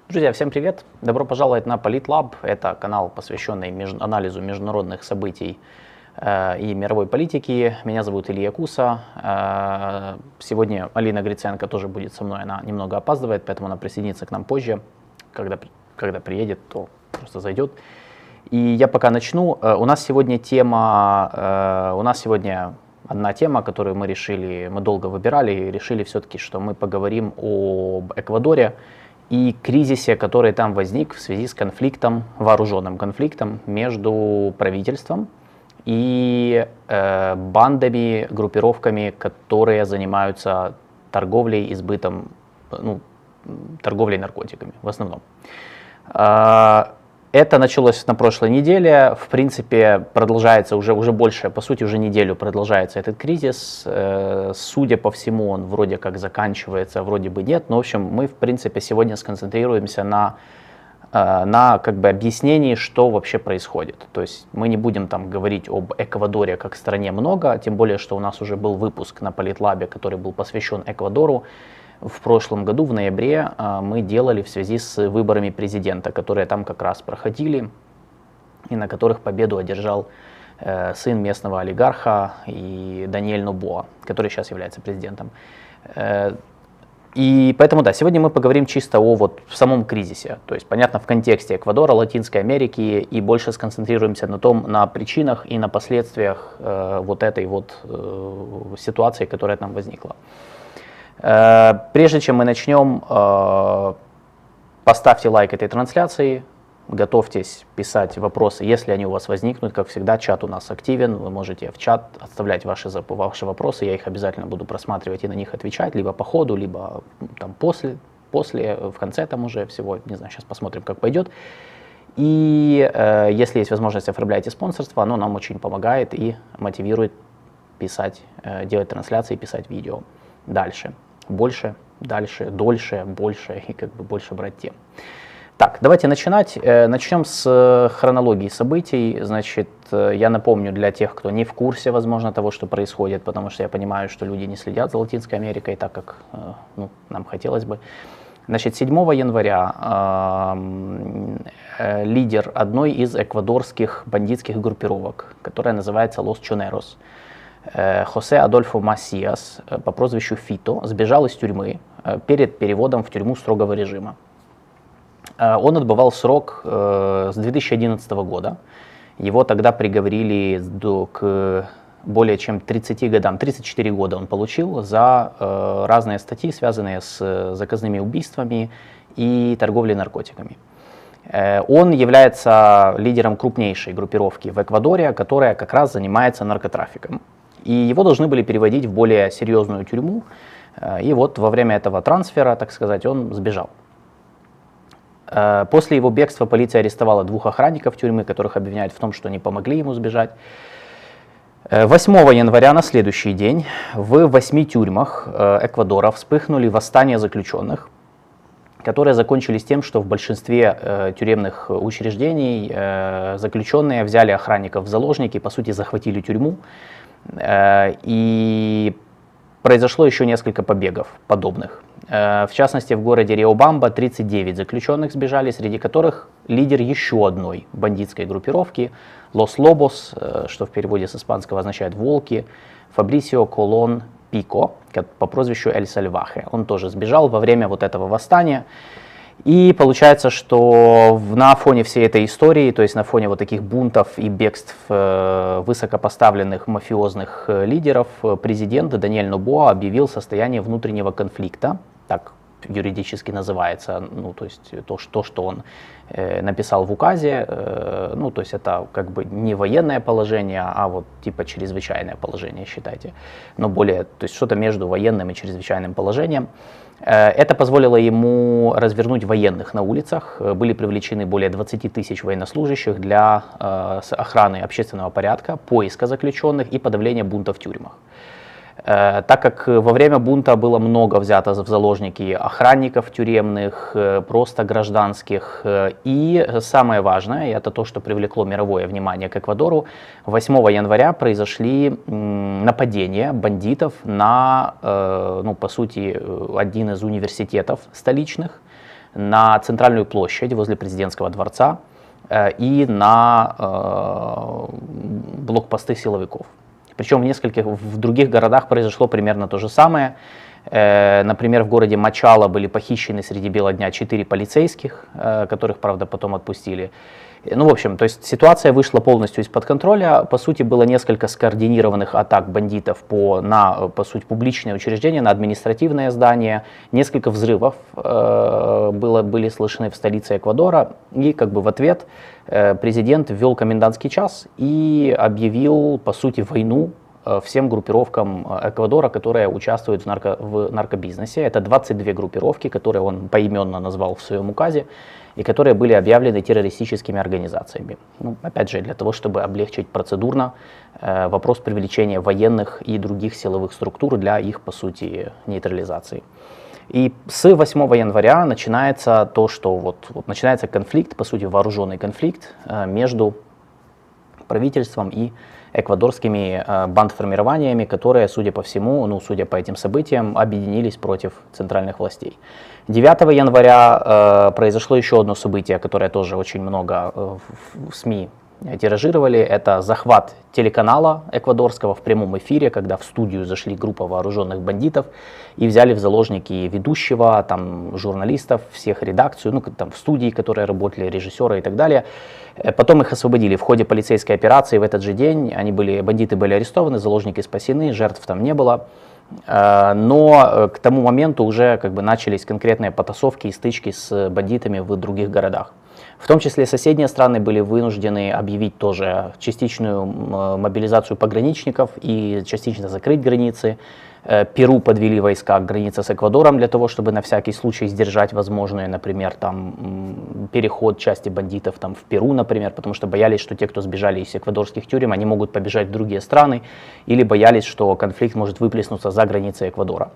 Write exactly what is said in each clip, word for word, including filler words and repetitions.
Друзья, всем привет! Добро пожаловать на Политлаб. Это канал, посвященный меж... анализу международных событий э, и мировой политики. Меня зовут Илья Куса. Э, сегодня Алина Гриценко тоже будет со мной. Она немного опаздывает, поэтому она присоединится к нам позже. Когда, когда приедет, то просто зайдет. И я пока начну. Э, у нас сегодня тема... Э, у нас сегодня одна тема, которую мы решили, мы долго выбирали и решили все-таки, что мы поговорим об Эквадоре и кризисе, который там возник в связи с конфликтом, вооруженным конфликтом между правительством и э, бандами, группировками, которые занимаются торговлей, избытом, ну, торговлей наркотиками в основном. Э, это началось на прошлой неделе, в принципе, продолжается уже, уже больше, по сути, уже неделю продолжается этот кризис. Э, судя по всему, он вроде как заканчивается, вроде бы нет. Но, в общем, мы, в принципе, сегодня сконцентрируемся на, э, на как бы объяснении, что вообще происходит. То есть мы не будем там говорить об Эквадоре как стране много, тем более, что у нас уже был выпуск на Политлабе, который был посвящен Эквадору. В прошлом году, в ноябре, мы делали в связи с выборами президента, которые там как раз проходили, и на которых победу одержал сын местного олигарха и Даниэль Нобоа, который сейчас является президентом. И поэтому, да, сегодня мы поговорим чисто о вот самом кризисе, то есть, понятно, в контексте Эквадора, Латинской Америки, и больше сконцентрируемся на том, на причинах и на последствиях э, вот этой вот э, ситуации, которая там возникла. Прежде чем мы начнем, поставьте лайк этой трансляции, готовьтесь писать вопросы, если они у вас возникнут. Как всегда, чат у нас активен, вы можете в чат оставлять ваши, ваши вопросы, я их обязательно буду просматривать и на них отвечать, либо по ходу, либо там после, после в конце там уже всего, не знаю, сейчас посмотрим, как пойдет. И э, если есть возможность, оформляйте спонсорство, оно нам очень помогает и мотивирует писать, э, делать трансляции, писать видео дальше. Больше, дальше, дольше, больше и как бы больше брать тем. Так, давайте начинать. Начнем с хронологии событий. Значит, я напомню для тех, кто не в курсе, возможно, того, что происходит, потому что я понимаю, что люди не следят за Латинской Америкой так, как ну, нам хотелось бы. Значит, седьмого января э, лидер одной из эквадорских бандитских группировок, которая называется Los Choneros, Хосе Адольфо Масиас по прозвищу Фито сбежал из тюрьмы перед переводом в тюрьму строгого режима. Он отбывал срок с две тысячи одиннадцатого года. Его тогда приговорили до, к более чем тридцати годам. тридцать четыре года он получил за разные статьи, связанные с заказными убийствами и торговлей наркотиками. Он является лидером крупнейшей группировки в Эквадоре, которая как раз занимается наркотрафиком. И его должны были переводить в более серьезную тюрьму. И вот во время этого трансфера, так сказать, он сбежал. После его бегства полиция арестовала двух охранников тюрьмы, которых обвиняют в том, что они помогли ему сбежать. восьмого января, на следующий день, в восьми тюрьмах Эквадора вспыхнули восстания заключенных, которые закончились тем, что в большинстве э, тюремных учреждений э, заключенные взяли охранников в заложники, по сути захватили тюрьму. Э, и произошло еще несколько побегов подобных. Э, в частности, в городе Риобамба тридцать девять заключенных сбежали, среди которых лидер еще одной бандитской группировки Лос Лобос, э, что в переводе с испанского означает «волки», Фабрисио Колон Пико, по прозвищу Эль Сальвахе. Он тоже сбежал во время вот этого восстания. И получается, что на фоне всей этой истории, то есть на фоне вот таких бунтов и бегств высокопоставленных мафиозных лидеров, президент Даниэль Нобоа объявил состояние внутреннего конфликта, так юридически называется, ну, то есть то, что, что он э, написал в указе, э, ну, то есть это как бы не военное положение, а вот типа чрезвычайное положение, считайте, но более, то есть что-то между военным и чрезвычайным положением. Э, это позволило ему развернуть военных на улицах, были привлечены более двадцати тысяч военнослужащих для э, охраны общественного порядка, поиска заключенных и подавления бунта в тюрьмах. Так как во время бунта было много взято в заложники охранников тюремных, просто гражданских. И самое важное, и это то, что привлекло мировое внимание к Эквадору, восьмого января произошли нападения бандитов на, ну, по сути, один из университетов столичных, на центральную площадь возле президентского дворца и на блокпосты силовиков. Причем в нескольких в других городах произошло примерно то же самое. Например, в городе Мачала были похищены среди бела дня четыре полицейских, которых, правда, потом отпустили. Ну, в общем, то есть ситуация вышла полностью из-под контроля. По сути, было несколько скоординированных атак бандитов по, на, по сути, публичные учреждения, на административное здание. Несколько взрывов э, было, были слышны в столице Эквадора. И как бы в ответ э, президент ввел комендантский час и объявил, по сути, войну всем группировкам Эквадора, которые участвуют в, нарко, в наркобизнесе. Это двадцать две группировки, которые он поименно назвал в своем указе, и которые были объявлены террористическими организациями. Ну, опять же, для того, чтобы облегчить процедурно э, вопрос привлечения военных и других силовых структур для их, по сути, нейтрализации. И с восьмого января начинается то, что вот, вот начинается конфликт, по сути, вооруженный конфликт э, между правительством и эквадорскими э, бандформированиями, которые, судя по всему, ну, судя по этим событиям, объединились против центральных властей. девятого января э, произошло еще одно событие, которое тоже очень много э, в, в СМИ тиражировали. Это захват телеканала эквадорского в прямом эфире, когда в студию зашли группа вооруженных бандитов и взяли в заложники ведущего, там, журналистов, всех редакцию, ну, там, в студии, которые работали, режиссеры и так далее. Потом их освободили в ходе полицейской операции в этот же день. Они были, бандиты были арестованы, заложники спасены, жертв там не было. Но к тому моменту уже как бы начались конкретные потасовки и стычки с бандитами в других городах. В том числе соседние страны были вынуждены объявить тоже частичную мобилизацию пограничников и частично закрыть границы. Перу подвели войска к границе с Эквадором для того, чтобы на всякий случай сдержать возможный, например, там, переход части бандитов там, в Перу, например, потому что боялись, что те, кто сбежали из эквадорских тюрем, они могут побежать в другие страны, или боялись, что конфликт может выплеснуться за границей Эквадора.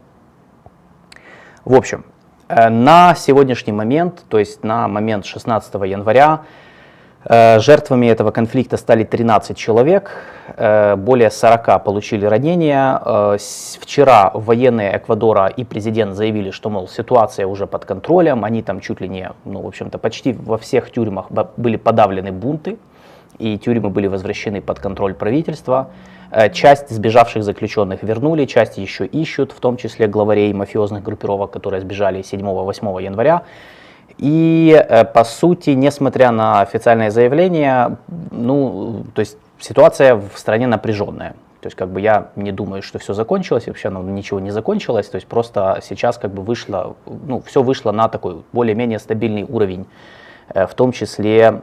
В общем, на сегодняшний момент, то есть на момент шестнадцатого января, жертвами этого конфликта стали тринадцать человек, более сорока получили ранения. Вчера военные Эквадора и президент заявили, что, мол, ситуация уже под контролем, они там чуть ли не, ну, в общем-то, почти во всех тюрьмах были подавлены бунты, и тюрьмы были возвращены под контроль правительства. Часть сбежавших заключенных вернули, часть еще ищут, в том числе главарей мафиозных группировок, которые сбежали седьмого-восьмого января. И, по сути, несмотря на официальное заявление, ну, то есть ситуация в стране напряженная. То есть, как бы, я не думаю, что все закончилось, вообще, ну, ничего не закончилось. То есть, просто сейчас, как бы, вышло, ну, все вышло на такой более-менее стабильный уровень, в том числе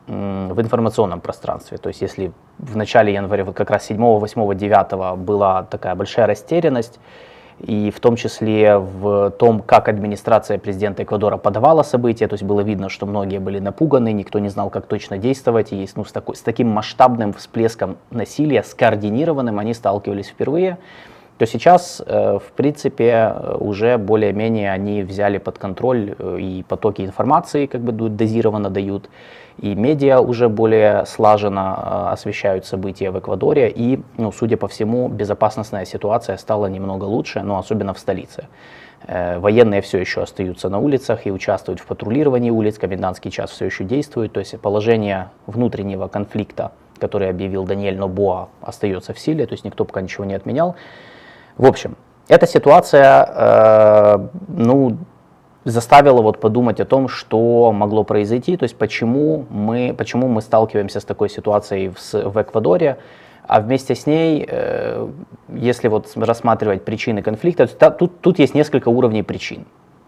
в информационном пространстве. То есть, если в начале января, вот как раз седьмого, восьмого, девятого была такая большая растерянность, и в том числе в том, как администрация президента Эквадора подавала события, то есть было видно, что многие были напуганы, никто не знал, как точно действовать, и ну, с, такой, с таким масштабным всплеском насилия, скоординированным, они сталкивались впервые, то сейчас, в принципе, уже более-менее они взяли под контроль и потоки информации, как бы дозированно дают, и медиа уже более слаженно освещают события в Эквадоре, и, ну, судя по всему, безопасностная ситуация стала немного лучше, но особенно в столице. Военные все еще остаются на улицах и участвуют в патрулировании улиц, комендантский час все еще действует, то есть положение внутреннего конфликта, который объявил Даниэль Нобоа, остается в силе, то есть никто пока ничего не отменял. В общем, эта ситуация, э, ну, заставила вот подумать о том, что могло произойти, то есть почему мы, почему мы сталкиваемся с такой ситуацией в, в Эквадоре, а вместе с ней, э, если вот рассматривать причины конфликта, то, тут, тут есть несколько уровней причин.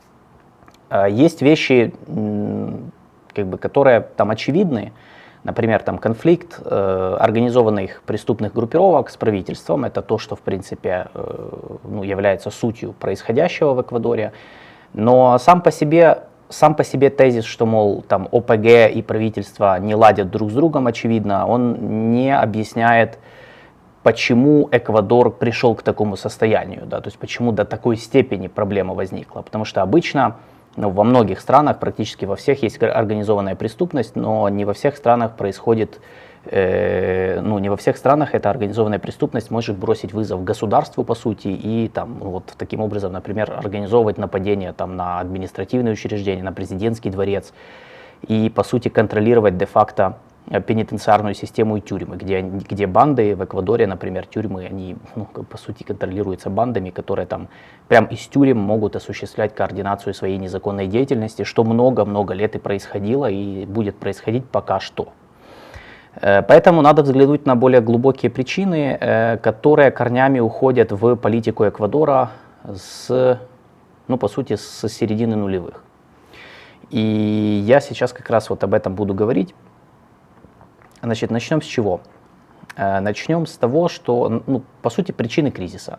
Э, есть вещи, как бы, которые там очевидны. Например, там конфликт э, организованных преступных группировок с правительством, это то, что в принципе э, ну, является сутью происходящего в Эквадоре. Но сам по себе, сам по себе тезис, что, мол, там ОПГ и правительство не ладят друг с другом, очевидно, он не объясняет, почему Эквадор пришел к такому состоянию, да, то есть почему до такой степени проблема возникла. Потому что обычно ну, во многих странах, практически во всех, есть организованная преступность, но не во всех странах происходит, э, ну, не во всех странах эта организованная преступность может бросить вызов государству, по сути, и там, вот таким образом, например, организовывать нападение там, на административные учреждения, на президентский дворец, и, по сути, контролировать де-факто пенитенциарную систему и тюрьмы, где, где банды в Эквадоре, например, тюрьмы, они, ну, по сути, контролируются бандами, которые там прям из тюрем могут осуществлять координацию своей незаконной деятельности, что много-много лет и происходило, и будет происходить пока что. Поэтому надо взглянуть на более глубокие причины, которые корнями уходят в политику Эквадора с, ну, по сути, с середины нулевых. И я сейчас как раз вот об этом буду говорить. Значит, начнем с чего? Начнем с того, что, ну, по сути, причины кризиса.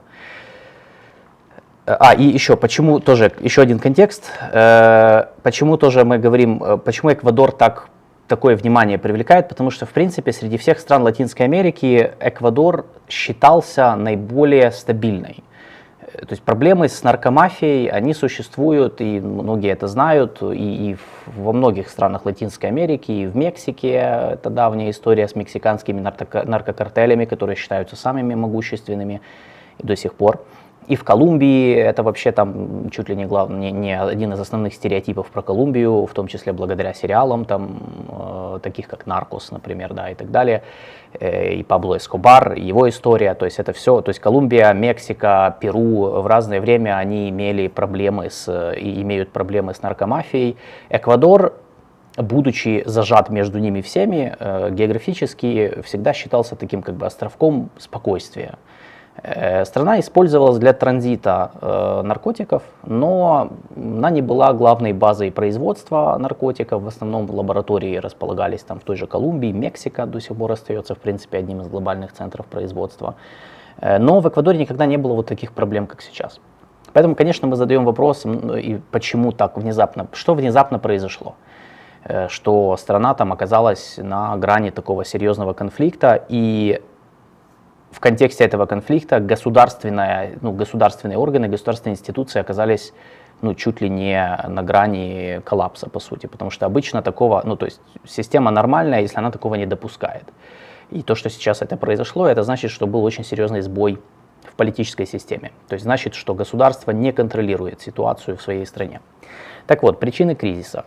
А, и еще, почему тоже, еще один контекст, почему тоже мы говорим, почему Эквадор так, такое внимание привлекает, потому что, в принципе, среди всех стран Латинской Америки Эквадор считался наиболее стабильной. То есть проблемы с наркомафией, они существуют, и многие это знают, и, и во многих странах Латинской Америки, и в Мексике, это давняя история с мексиканскими нарко- наркокартелями, которые считаются самыми могущественными и до сих пор. И в Колумбии, это вообще там чуть ли не, главный, не, не один из основных стереотипов про Колумбию, в том числе благодаря сериалам, там, э, таких как «Наркос», например, да, и так далее, э, и Пабло Эскобар, его история, то есть это все, то есть Колумбия, Мексика, Перу в разное время они имели проблемы с, и имеют проблемы с наркомафией. Эквадор, будучи зажат между ними всеми, э, географически всегда считался таким как бы островком спокойствия. Страна использовалась для транзита э, наркотиков, но она не была главной базой производства наркотиков. В основном лаборатории располагались там в той же Колумбии, Мексика до сих пор остается, в принципе, одним из глобальных центров производства. Э, но в Эквадоре никогда не было вот таких проблем, как сейчас. Поэтому, конечно, мы задаем вопрос, и почему так внезапно, что внезапно произошло, э, что страна там оказалась на грани такого серьезного конфликта, и в контексте этого конфликта государственные, ну, государственные органы, государственные институции оказались, ну, чуть ли не на грани коллапса, по сути, потому что обычно такого, ну, то есть система нормальная, если она такого не допускает. И то, что сейчас это произошло, это значит, что был очень серьезный сбой в политической системе. То есть значит, что государство не контролирует ситуацию в своей стране. Так вот, причины кризиса.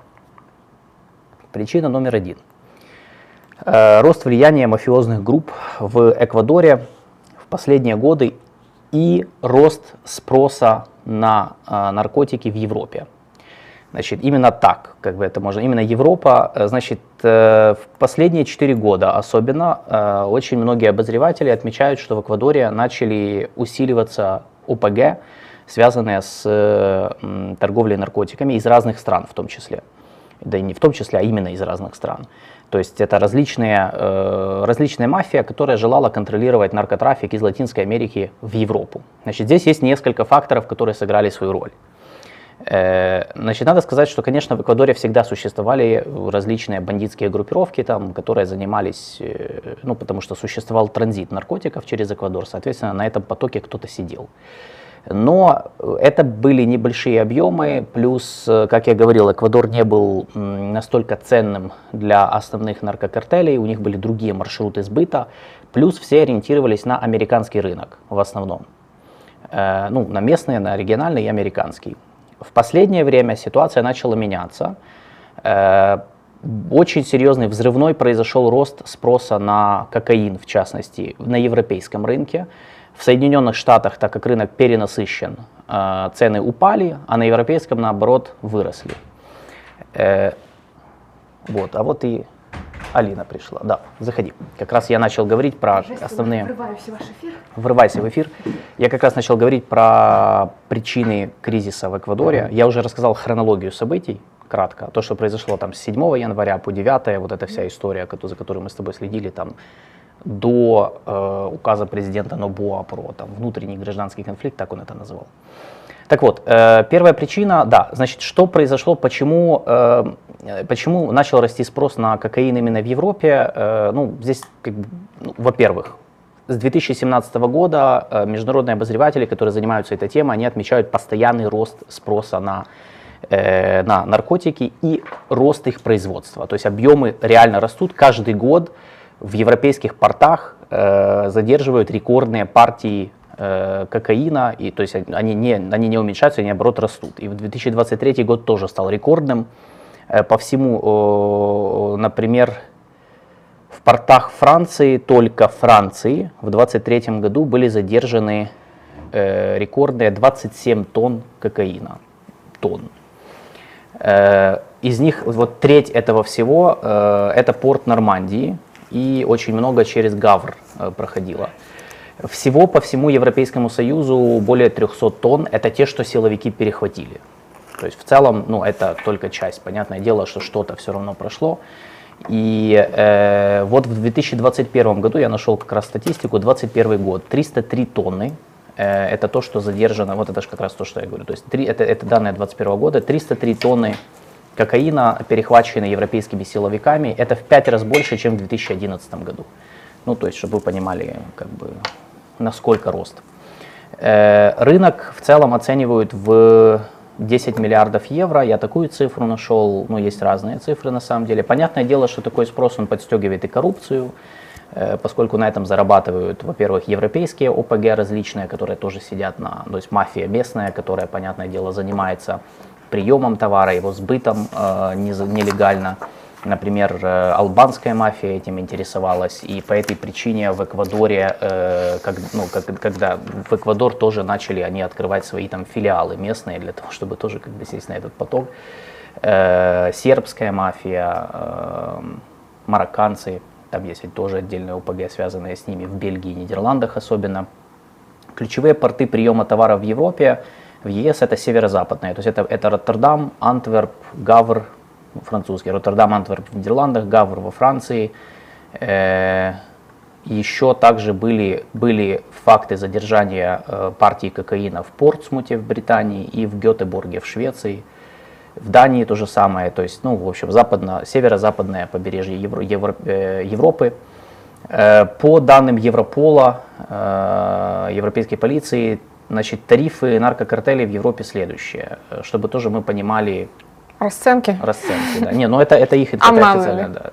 Причина номер один. Рост влияния мафиозных групп в Эквадоре в последние годы и рост спроса на э, наркотики в Европе. Значит, именно так, как бы это можно, именно Европа, значит, э, в последние четыре года особенно э, очень многие обозреватели отмечают, что в Эквадоре начали усиливаться о пэ гэ, связанные с э, торговлей наркотиками из разных стран в том числе. Да и не в том числе, а именно из разных стран. То есть это различные, э, различная мафия, которая желала контролировать наркотрафик из Латинской Америки в Европу. Значит, здесь есть несколько факторов, которые сыграли свою роль. Э, значит, надо сказать, что, конечно, в Эквадоре всегда существовали различные бандитские группировки, там, которые занимались, э, ну, потому что существовал транзит наркотиков через Эквадор, соответственно, на этом потоке кто-то сидел. Но это были небольшие объемы, плюс, как я говорил, Эквадор не был настолько ценным для основных наркокартелей, у них были другие маршруты сбыта, плюс все ориентировались на американский рынок в основном, э, ну, на местный, на региональный и американский. В последнее время ситуация начала меняться, э, очень серьезный взрывной произошел рост спроса на кокаин, в частности, на европейском рынке. В Соединенных Штатах, так как рынок перенасыщен, цены упали, а на европейском, наоборот, выросли. Вот, а вот и Алина пришла. Да, заходи. Как раз я начал говорить про основные... Врываюсь в ваш эфир. Врывайся в эфир. Я как раз начал говорить про причины кризиса в Эквадоре. Я уже рассказал хронологию событий, кратко. То, что произошло там с седьмого января по девятое, вот эта вся история, за которой мы с тобой следили, там, до э, указа президента Нобуа про там, внутренний гражданский конфликт, так он это называл. Так вот, э, первая причина, да, значит, что произошло, почему, э, почему начал расти спрос на кокаин именно в Европе? Э, ну, здесь, как бы, ну, во-первых, с две тысячи семнадцатого года э, международные обозреватели, которые занимаются этой темой, они отмечают постоянный рост спроса на э, на наркотики и рост их производства. То есть объемы реально растут. Каждый год в европейских портах э, задерживают рекордные партии э, кокаина, и, то есть они не, они не уменьшаются, они наоборот растут. И в две тысячи двадцать третий год тоже стал рекордным. Э, по всему, э, например, в портах Франции, только Франции, в две тысячи двадцать третьем году были задержаны э, рекордные двадцать семь тонн кокаина. Тонн. Э, из них вот треть этого всего э, это порт Нормандии, и очень много через Гавр э, проходило. Всего по всему Европейскому Союзу более трехсот тонн, это те, что силовики перехватили. То есть в целом, ну, это только часть. Понятное дело, что что-то все равно прошло. И э, вот в две тысячи двадцать первом году я нашел как раз статистику, двадцать первый год, триста три тонны, э, это то, что задержано, вот это же как раз то, что я говорю, то есть три, это, это данные двадцать первого года, триста три тонны кокаина, перехваченные европейскими силовиками, это в пять раз больше, чем в две тысячи одиннадцатом году. Ну, то есть, чтобы вы понимали, как бы, насколько рост. Э, рынок в целом оценивают в десять миллиардов евро, я такую цифру нашел, ну, есть разные цифры на самом деле. Понятное дело, что такой спрос, он подстегивает и коррупцию, э, поскольку на этом зарабатывают, во-первых, европейские о пэ гэ различные, которые тоже сидят на, то есть мафия местная, которая, понятное дело, занимается приемом товара, его сбытом э, нелегально. Например, э, албанская мафия этим интересовалась, и по этой причине в Эквадоре, э, как, ну, как, когда в Эквадор тоже начали они открывать свои там филиалы местные для того, чтобы тоже как бы сесть на этот поток. Э, сербская мафия, э, марокканцы, там есть ведь тоже отдельные о пэ гэ, связанные с ними в Бельгии и Нидерландах особенно. Ключевые порты приема товара в Европе, в е эс это северо-западные, то есть это, это Роттердам, Антверп, Гавр, французский, Роттердам, Антверп в Нидерландах, Гавр во Франции. Э, еще также были, были факты задержания э, партии кокаина в Портсмуте в Британии и в Гетеборге в Швеции. В Дании то же самое, то есть, ну, в общем, западно, северо-западное побережье Евро, Евро, э, Европы. Э, по данным Европола, э, европейской полиции, значит, тарифы наркокартелей в Европе следующие, чтобы тоже мы понимали. Расценки? Расценки, да. Не, ну это, это их интерпретация, да.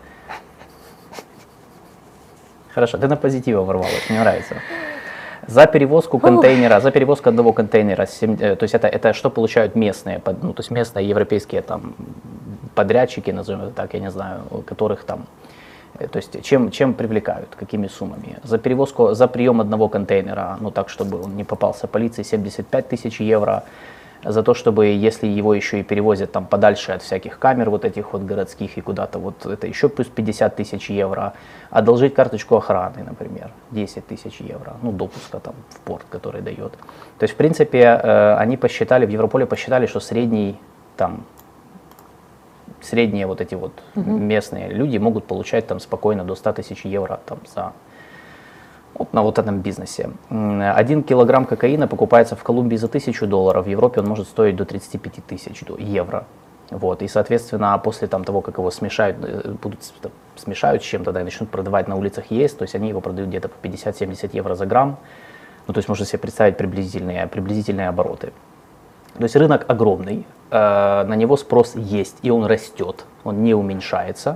Хорошо, ты на позитива ворвалась, мне нравится. За перевозку контейнера, за перевозку одного контейнера, то есть это, это что получают местные, ну, то есть местные европейские там подрядчики, назовем это так, я не знаю, которых там, то есть чем, чем привлекают, какими суммами. За перевозку, за прием одного контейнера, ну так, чтобы он не попался полиции, семьдесят пять тысяч евро. За то, чтобы, если его еще и перевозят там подальше от всяких камер вот этих вот городских и куда-то, вот это еще плюс пятьдесят тысяч евро. Одолжить карточку охраны, например, десять тысяч евро, ну, допуска там в порт, который дает. То есть, в принципе, э, они посчитали, в Европоле посчитали, что средний там, средние вот эти вот угу. местные люди могут получать там спокойно до ста тысяч евро там за... Вот на вот этом бизнесе. Один килограмм кокаина покупается в Колумбии за тысячу долларов, в Европе он может стоить до тридцати пяти тысяч евро. Вот. И, соответственно, после там, того, как его смешают, будут, смешают с чем-то, да, и начнут продавать на улицах ЕС, то есть они его продают где-то по пятьдесят-семьдесят евро за грамм. Ну, то есть можно себе представить приблизительные, приблизительные обороты. То есть рынок огромный, э, на него спрос есть, и он растет, он не уменьшается.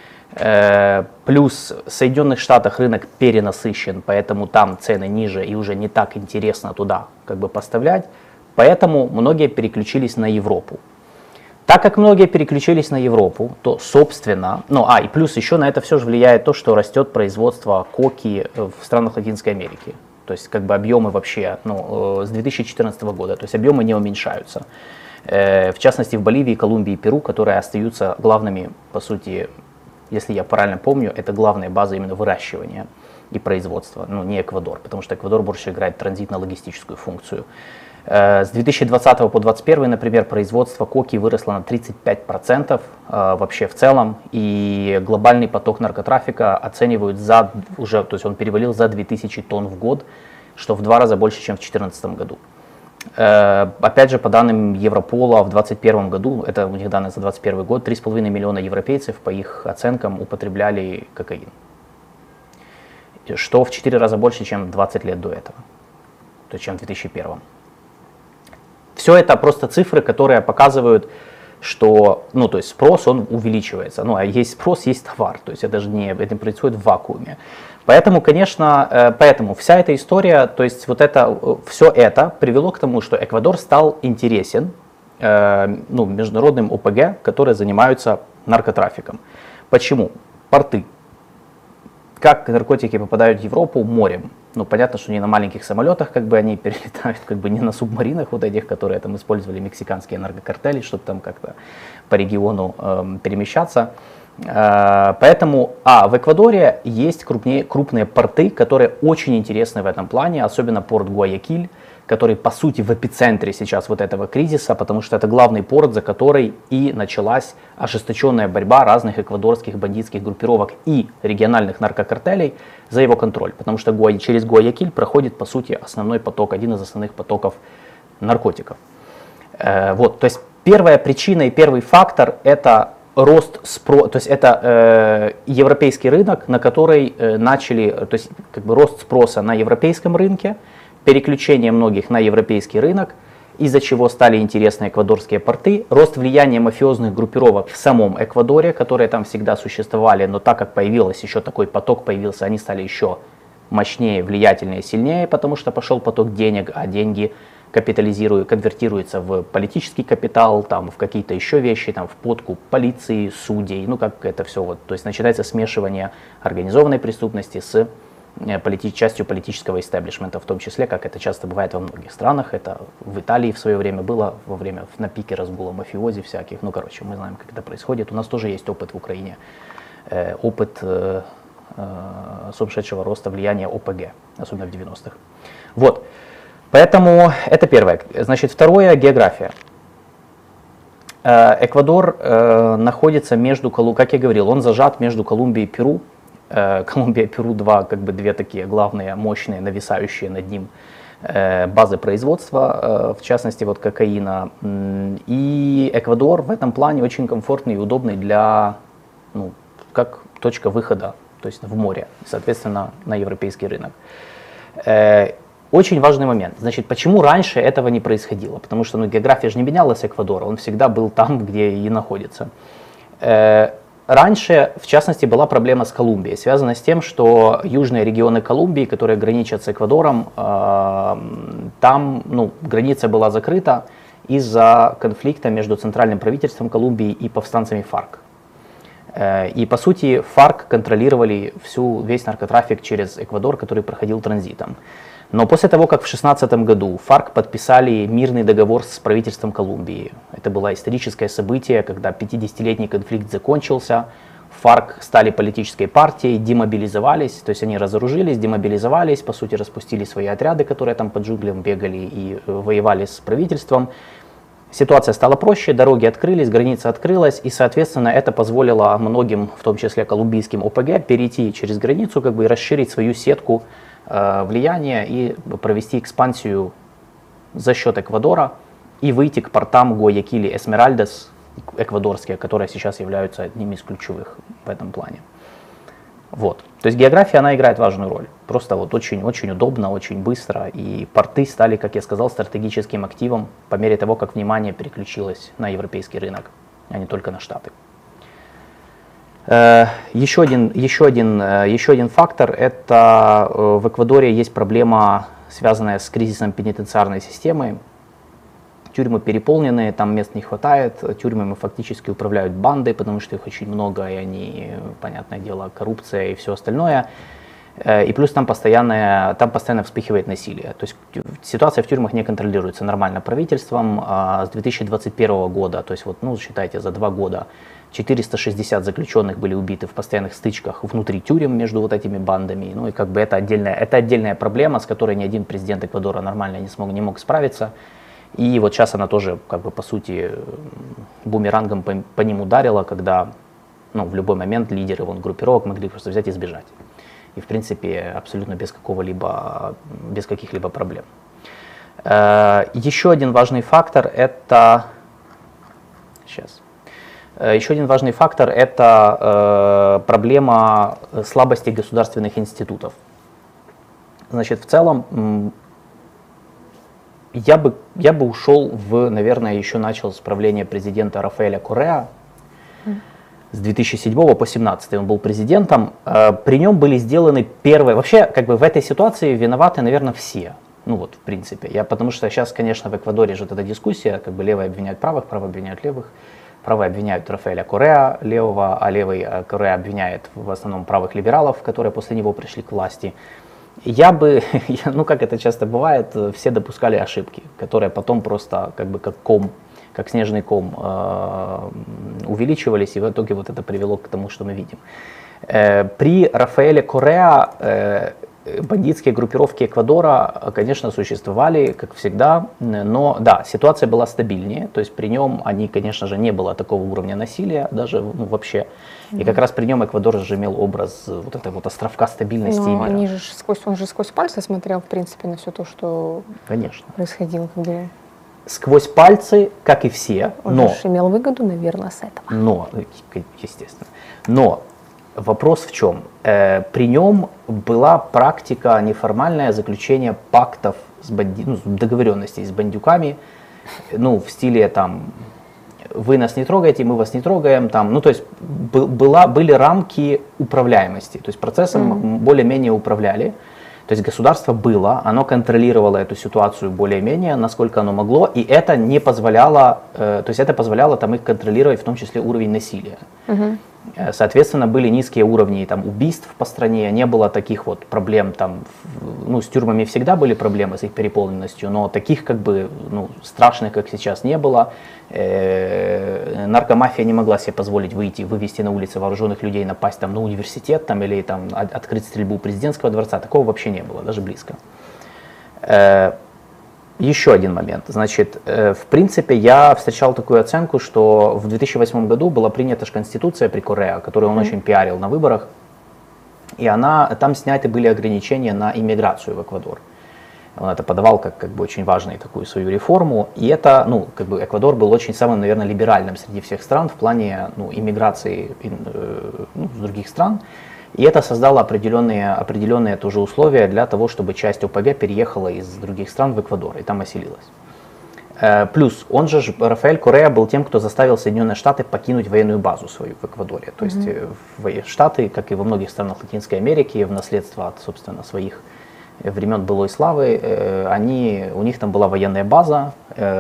Плюс в Соединенных Штатах рынок перенасыщен, поэтому там цены ниже и уже не так интересно туда как бы поставлять. Поэтому многие переключились на Европу. Так как многие переключились на Европу, то собственно, ну а и плюс еще на это все же влияет то, что растет производство коки в странах Латинской Америки. То есть как бы объемы вообще ну, с две тысячи четырнадцатого года, то есть объемы не уменьшаются. В частности в Боливии, Колумбии, Перу, которые остаются главными, по сути, если я правильно помню, это главная база именно выращивания и производства, ну не Эквадор, потому что Эквадор больше играет транзитно-логистическую функцию. С две тысячи двадцатого по две тысячи двадцать первый, например, производство коки выросло на тридцать пять процентов вообще в целом, и глобальный поток наркотрафика оценивают за, уже, то есть он перевалил за две тысячи тонн в год, что в два раза больше, чем в две тысячи четырнадцатом году. Опять же, по данным Европола, в две тысячи двадцать первом году, это у них данные за две тысячи двадцать первый год, три с половиной миллиона европейцев, по их оценкам, употребляли кокаин. Что в четыре раза больше, чем двадцать лет до этого, то есть чем в две тысячи первом. Все все это просто цифры, которые показывают, что, ну, то есть спрос, он увеличивается. Ну, а есть спрос, есть товар. То есть это же не, это происходит в вакууме. Поэтому, конечно, поэтому вся эта история, то есть вот это, все это привело к тому, что Эквадор стал интересен, ну, международным ОПГ, которые занимаются наркотрафиком. Почему? Порты. Как наркотики попадают в Европу? Морем. Ну, понятно, что не на маленьких самолетах, как бы они перелетают, как бы не на субмаринах вот этих, которые там использовали мексиканские наркокартели, чтобы там как-то по региону э, перемещаться. Э, поэтому, а, в Эквадоре есть крупнее, крупные порты, которые очень интересны в этом плане, особенно порт Гуаякиль, который, по сути, в эпицентре сейчас вот этого кризиса, потому что это главный порт, за который и началась ожесточенная борьба разных эквадорских бандитских группировок и региональных наркокартелей за его контроль. Потому что через Гуаякиль проходит, по сути, основной поток, один из основных потоков наркотиков. Э, вот, то есть первая причина и первый фактор – это рост спроса, то есть это э, европейский рынок, на который э, начали, то есть как бы рост спроса на европейском рынке, переключение многих на европейский рынок, из-за чего стали интересны эквадорские порты, рост влияния мафиозных группировок в самом Эквадоре, которые там всегда существовали, но так как появился еще такой поток, появился, они стали еще мощнее, влиятельнее, сильнее, потому что пошел поток денег, а деньги капитализируют, конвертируются в политический капитал, там, в какие-то еще вещи, там, в подкуп полиции, судей, ну как это все, вот, то есть начинается смешивание организованной преступности с Полити- частью политического истеблишмента, в том числе, как это часто бывает во многих странах. Это в Италии в свое время было, во время, на пике разгула мафиози всяких. Ну, короче, мы знаем, как это происходит. У нас тоже есть опыт в Украине, э, опыт э, э, сумасшедшего роста влияния ОПГ, особенно в девяностых. Вот, поэтому это первое. Значит, второе, география. Э, Эквадор э, находится между, как я говорил, он зажат между Колумбией и Перу. Колумбия, Перу, два, как бы две такие главные, мощные, нависающие над ним э, базы производства, э, в частности, вот кокаина. И Эквадор в этом плане очень комфортный и удобный для, ну, как точка выхода, то есть в море, соответственно, на европейский рынок. Э, очень важный момент. Значит, почему раньше этого не происходило? Потому что, ну, география же не менялась Эквадора, он всегда был там, где и находится. Э, Раньше, в частности, была проблема с Колумбией, связанная с тем, что южные регионы Колумбии, которые граничат с Эквадором, э, там, ну, граница была закрыта из-за конфликта между центральным правительством Колумбии и повстанцами ФАРК. Э, и, по сути, ФАРК контролировали всю, весь наркотрафик через Эквадор, который проходил транзитом. Но после того, как в две тысячи шестнадцатом году ФАРК подписали мирный договор с правительством Колумбии, это было историческое событие, когда пятидесятилетний конфликт закончился, ФАРК стали политической партией, демобилизовались, то есть они разоружились, демобилизовались, по сути распустили свои отряды, которые там по джунглям бегали и воевали с правительством. Ситуация стала проще, дороги открылись, граница открылась, и, соответственно, это позволило многим, в том числе колумбийским ОПГ, перейти через границу, как бы и расширить свою сетку влияние и провести экспансию за счет Эквадора и выйти к портам Гуаякиль и Эсмеральдас, эквадорские, которые сейчас являются одними из ключевых в этом плане. Вот. То есть география, она играет важную роль. Просто вот очень-очень удобно, очень быстро. И порты стали, как я сказал, стратегическим активом по мере того, как внимание переключилось на европейский рынок, а не только на Штаты. Еще один, еще, один, еще один фактор – это в Эквадоре есть проблема, связанная с кризисом пенитенциарной системы. Тюрьмы переполнены, там мест не хватает, тюрьмами фактически управляют банды, потому что их очень много, и они, понятное дело, коррупция и все остальное. И плюс там, постоянно, там постоянно вспыхивает насилие. То есть ситуация в тюрьмах не контролируется нормально правительством. С две тысячи двадцать первого года, то есть вот, ну, считайте, за два года, четыреста шестьдесят заключенных были убиты в постоянных стычках внутри тюрем между вот этими бандами. Ну и как бы это отдельная, это отдельная проблема, с которой ни один президент Эквадора нормально не смог, не мог справиться. И вот сейчас она тоже, как бы, по сути, бумерангом по, по ним ударила, когда, ну, в любой момент лидеры вон, группировок могли просто взять и сбежать. И, в принципе, абсолютно без какого-либо, без каких-либо проблем. Еще один важный фактор – это… Сейчас. Еще один важный фактор – это проблема слабости государственных институтов. Значит, в целом, я бы, я бы ушел в, наверное, еще начал с правления президента Рафаэля Корреа. С две тысячи седьмого по две тысячи семнадцатый он был президентом. При нем были сделаны первые... Вообще, как бы в этой ситуации виноваты, наверное, все. Ну вот, в принципе. Я, потому что сейчас, конечно, в Эквадоре же эта дискуссия, как бы левые обвиняют правых, правые обвиняют левых. Правые обвиняют Рафаэля Корреа, левого, а левый Корреа обвиняет в основном правых либералов, которые после него пришли к власти. Я бы, ну как это часто бывает, все допускали ошибки, которые потом просто как бы как ком, как снежный ком э, увеличивались, и в итоге вот это привело к тому, что мы видим. Э, при Рафаэле Корреа э, бандитские группировки Эквадора, конечно, существовали, как всегда, но да, ситуация была стабильнее, то есть при нем они, конечно же, не было такого уровня насилия, даже ну, вообще. И как раз при нем Эквадор же имел образ вот этой вот островка стабильности но и мира. Они же сквозь, он же сквозь пальцы смотрел, в принципе, на все то, что конечно. происходило. Как бы. Сквозь пальцы, как и все, Он но... же имел выгоду, наверное, с этого. Но, естественно. Но вопрос в чем? Э, при нем была практика неформальное заключение пактов, с банди... ну, договоренностей с бандюками, ну, в стиле там, вы нас не трогаете, мы вас не трогаем, там, ну, то есть был, была, были рамки управляемости, то есть процессом mm-hmm. более-менее управляли. То есть государство было, оно контролировало эту ситуацию более-менее, насколько оно могло, и это не позволяло, э, то есть это позволяло там их контролировать, в том числе уровень насилия. Uh-huh. Соответственно, были низкие уровни там, убийств по стране, не было таких вот проблем, там, ну, с тюрьмами всегда были проблемы с их переполненностью, но таких как бы ну, страшных, как сейчас, не было. Э-э- наркомафия не могла себе позволить выйти, вывести на улицы вооруженных людей, напасть там, на университет там, или там, от- открыть стрельбу у президентского дворца, такого вообще не было, даже близко. Э- Еще один момент. Значит, э, в принципе, я встречал такую оценку, что в две тысячи восьмом году была принята же конституция при Корреа, которую он mm-hmm. очень пиарил на выборах, и она, там сняты были ограничения на иммиграцию в Эквадор. Он это подавал как, как бы очень важную такую свою реформу, и это, ну, как бы Эквадор был очень самым, наверное, либеральным среди всех стран в плане, ну, иммиграции э, ну, с других стран. И это создало определенные, определенные тоже условия для того, чтобы часть ОПГ переехала из других стран в Эквадор и там оселилась. Плюс он же, Рафаэль Корреа, был тем, кто заставил Соединенные Штаты покинуть военную базу свою в Эквадоре. То есть mm-hmm. Штаты, как и во многих странах Латинской Америки, в наследство от, собственно, своих времен былой славы, они, у них там была военная база,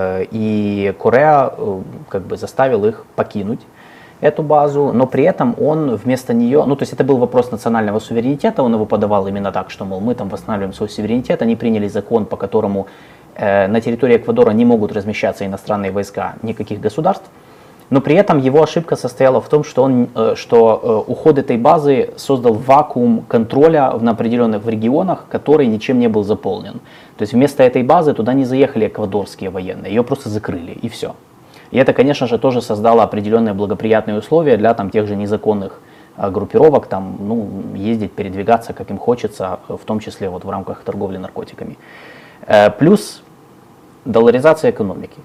и Корреа как бы заставил их покинуть эту базу, но при этом он вместо нее, ну то есть это был вопрос национального суверенитета, он его подавал именно так, что, мол, мы там восстанавливаем свой суверенитет, они приняли закон, по которому э, на территории Эквадора не могут размещаться иностранные войска никаких государств, но при этом его ошибка состояла в том, что, он, э, что э, уход этой базы создал вакуум контроля в определенных регионах, который ничем не был заполнен. То есть вместо этой базы туда не заехали эквадорские военные, ее просто закрыли и все. И это, конечно же, тоже создало определенные благоприятные условия для там, тех же незаконных а, группировок там, ну, ездить, передвигаться, как им хочется, в том числе вот, в рамках торговли наркотиками. Э, плюс долларизация экономики.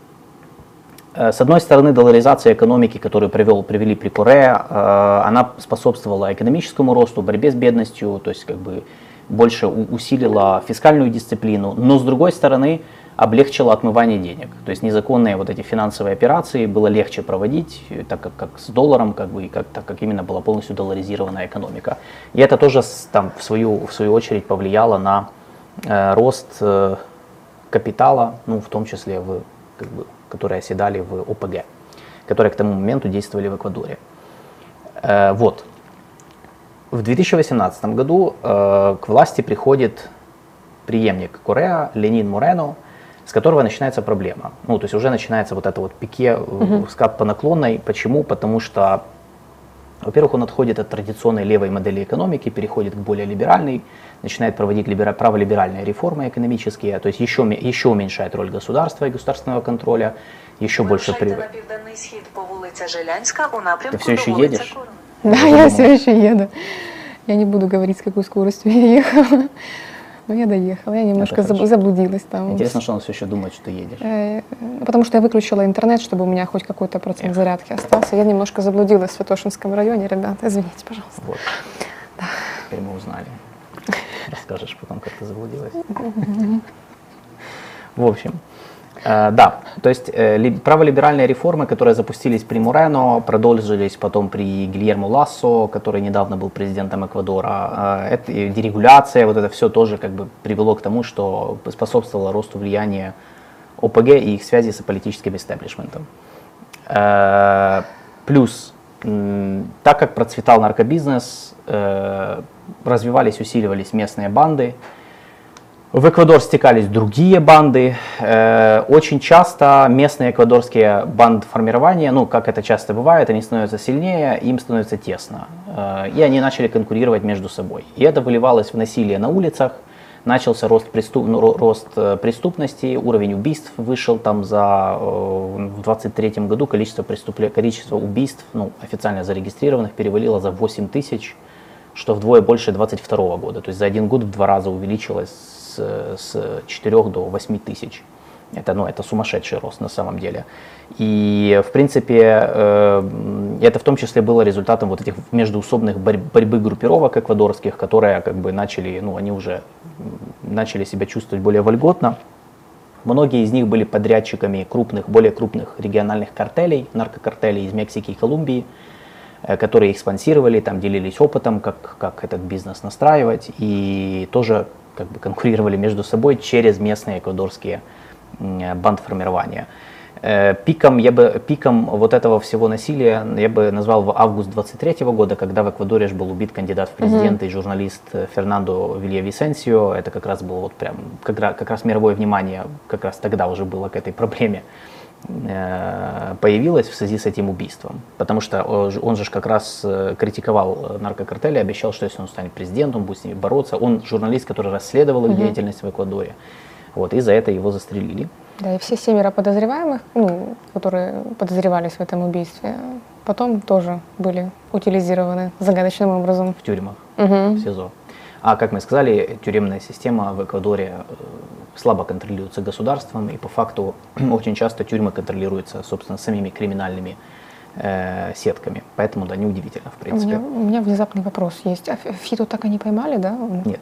Э, с одной стороны, долларизация экономики, которую привел, привели при Корреа, э, она способствовала экономическому росту, борьбе с бедностью, то есть как бы больше у, усилила фискальную дисциплину, но с другой стороны, облегчило отмывание денег. То есть незаконные вот эти финансовые операции было легче проводить, так как, как с долларом, как бы, как, так как именно была полностью долларизированная экономика. И это тоже там, в, свою, в свою очередь повлияло на э, рост э, капитала, ну, в том числе, в, как бы, которые оседали в ОПГ, которые к тому моменту действовали в Эквадоре. Э, вот. В две тысячи восемнадцатом году э, к власти приходит преемник Корреа Ленин Морено, с которого начинается проблема. Ну, то есть уже начинается вот это вот пике, uh-huh. скат по наклонной. Почему? Потому что, во-первых, он отходит от традиционной левой модели экономики, переходит к более либеральной, начинает проводить либера- праволиберальные реформы экономические, то есть еще, еще уменьшает роль государства и государственного контроля, еще больше... При... На південний схід по вулиці Жилянська у напрямку Ты все еще до едешь? Да, я, я все еще еду. Я не буду говорить, с какой скоростью я ехала. Но я доехала, я немножко заб- заблудилась там. Интересно, что он все еще думает, что ты едешь. Э, потому что я выключила интернет, чтобы у меня хоть какой-то процент Эх. зарядки остался. Я немножко заблудилась в Святошинском районе, ребята, извините, пожалуйста. Вот. Да. Теперь мы узнали. Расскажешь потом, как ты заблудилась. В общем, э, да, то есть э, ли, праволиберальные реформы, которые запустились при Морено, продолжились потом при Гильермо Лассо, который недавно был президентом Эквадора. Э, это, дерегуляция, вот это все тоже как бы привело к тому, что способствовало росту влияния ОПГ и их связи с политическим истеблишментом. Э, плюс, м, так как процветал наркобизнес, э, развивались, усиливались местные банды. В Эквадор стекались другие банды. Э, очень часто местные эквадорские бандформирования, ну, как это часто бывает, они становятся сильнее, им становится тесно. Э, и они начали конкурировать между собой. И это выливалось в насилие на улицах. Начался рост, преступ, ну, рост э, преступности, уровень убийств вышел там за, э, в двадцать третьем году количество, преступле, количество убийств, ну, официально зарегистрированных, перевалило за восемь тысяч, что вдвое больше двадцать второго года. То есть за один год в два раза увеличилось с, с четырёх до восьми тысяч. Это, ну, это сумасшедший рост на самом деле. И, в принципе, э, это в том числе было результатом вот этих междуусобных борь- борьбы группировок эквадорских, которые как бы начали, ну, они уже начали себя чувствовать более вольготно. Многие из них были подрядчиками крупных, более крупных региональных картелей, наркокартелей из Мексики и Колумбии, э, которые их спонсировали, там делились опытом, как, как этот бизнес настраивать, и тоже как бы конкурировали между собой через местные эквадорские бандформирования. Пиком, я бы, пиком вот этого всего насилия я бы назвал в август двадцать третьего года, когда в Эквадоре был убит кандидат в президенты mm-hmm. и журналист Фернандо Вильявисенсио. Это как раз было вот прям, как раз, как раз мировое внимание как раз тогда уже было к этой проблеме появилось в связи с этим убийством. Потому что он же как раз критиковал наркокартели, обещал, что если он станет президентом, он будет с ними бороться. Он журналист, который расследовал их mm-hmm. деятельность в Эквадоре. Вот, и за это его застрелили. Да, и все семеро подозреваемых, ну, которые подозревались в этом убийстве, потом тоже были утилизированы загадочным образом. В тюрьмах, угу. в СИЗО. А, как мы сказали, тюремная система в Эквадоре слабо контролируется государством, и по факту очень часто тюрьмы контролируются, собственно, самими криминальными э, сетками. Поэтому, да, неудивительно, в принципе. У меня, у меня внезапный вопрос есть. А Фиту так и не поймали, да? Нет.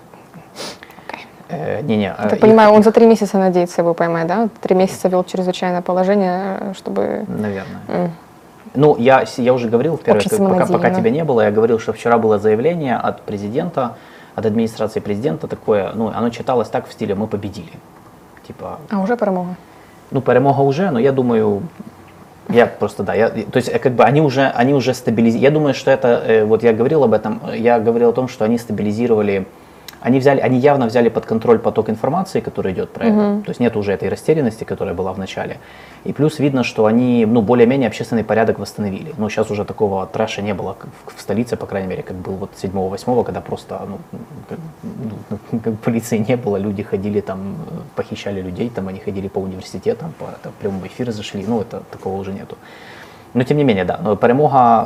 Не-не. Я так понимаю, он за три месяца надеется его поймать, да? Три месяца вел чрезвычайное положение, чтобы... Наверное. Mm. Ну, я, я уже говорил, в первый, пока, пока тебя не было, я говорил, что вчера было заявление от президента, от администрации президента такое, ну, оно читалось так в стиле «мы победили». Типа... А уже перемога? Ну, перемога уже, но я думаю... Я просто, да, я, то есть как бы они уже, они уже стабилизировали. Я думаю, что это, вот я говорил об этом, я говорил о том, что они стабилизировали. Они, взяли, они явно взяли под контроль поток информации, который идет про uh-huh. это. То есть нет уже этой растерянности, которая была в начале. И плюс видно, что они, ну, более-менее общественный порядок восстановили. Но сейчас уже такого трэша не было в, в столице, по крайней мере, как был вот седьмого-восьмого, когда просто, ну, как, ну, как полиции не было, люди ходили там, похищали людей, там они ходили по университетам, по там, прямому эфиру зашли, ну, это такого уже нету. Но тем не менее, да, но перемога,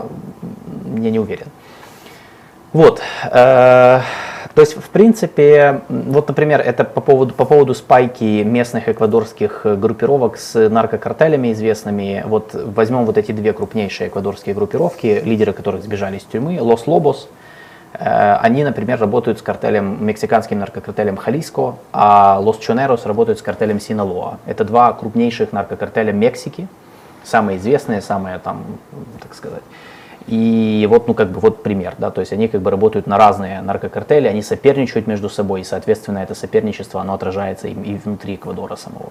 я не уверен. Вот. Э- То есть, в принципе, вот, например, это по поводу, по поводу спайки местных эквадорских группировок с наркокартелями известными. Вот возьмем вот эти две крупнейшие эквадорские группировки, лидеры которых сбежали из тюрьмы, Лос Лобос. Э, они, например, работают с картелем, мексиканским наркокартелем Халиско, а Лос Чонерос работают с картелем Синалоа. Это два крупнейших наркокартеля Мексики, самые известные, самые там, так сказать. И вот, ну, как бы, вот пример, да, то есть они как бы работают на разные наркокартели, они соперничают между собой, и, соответственно, это соперничество, оно отражается и, и внутри Эквадора самого.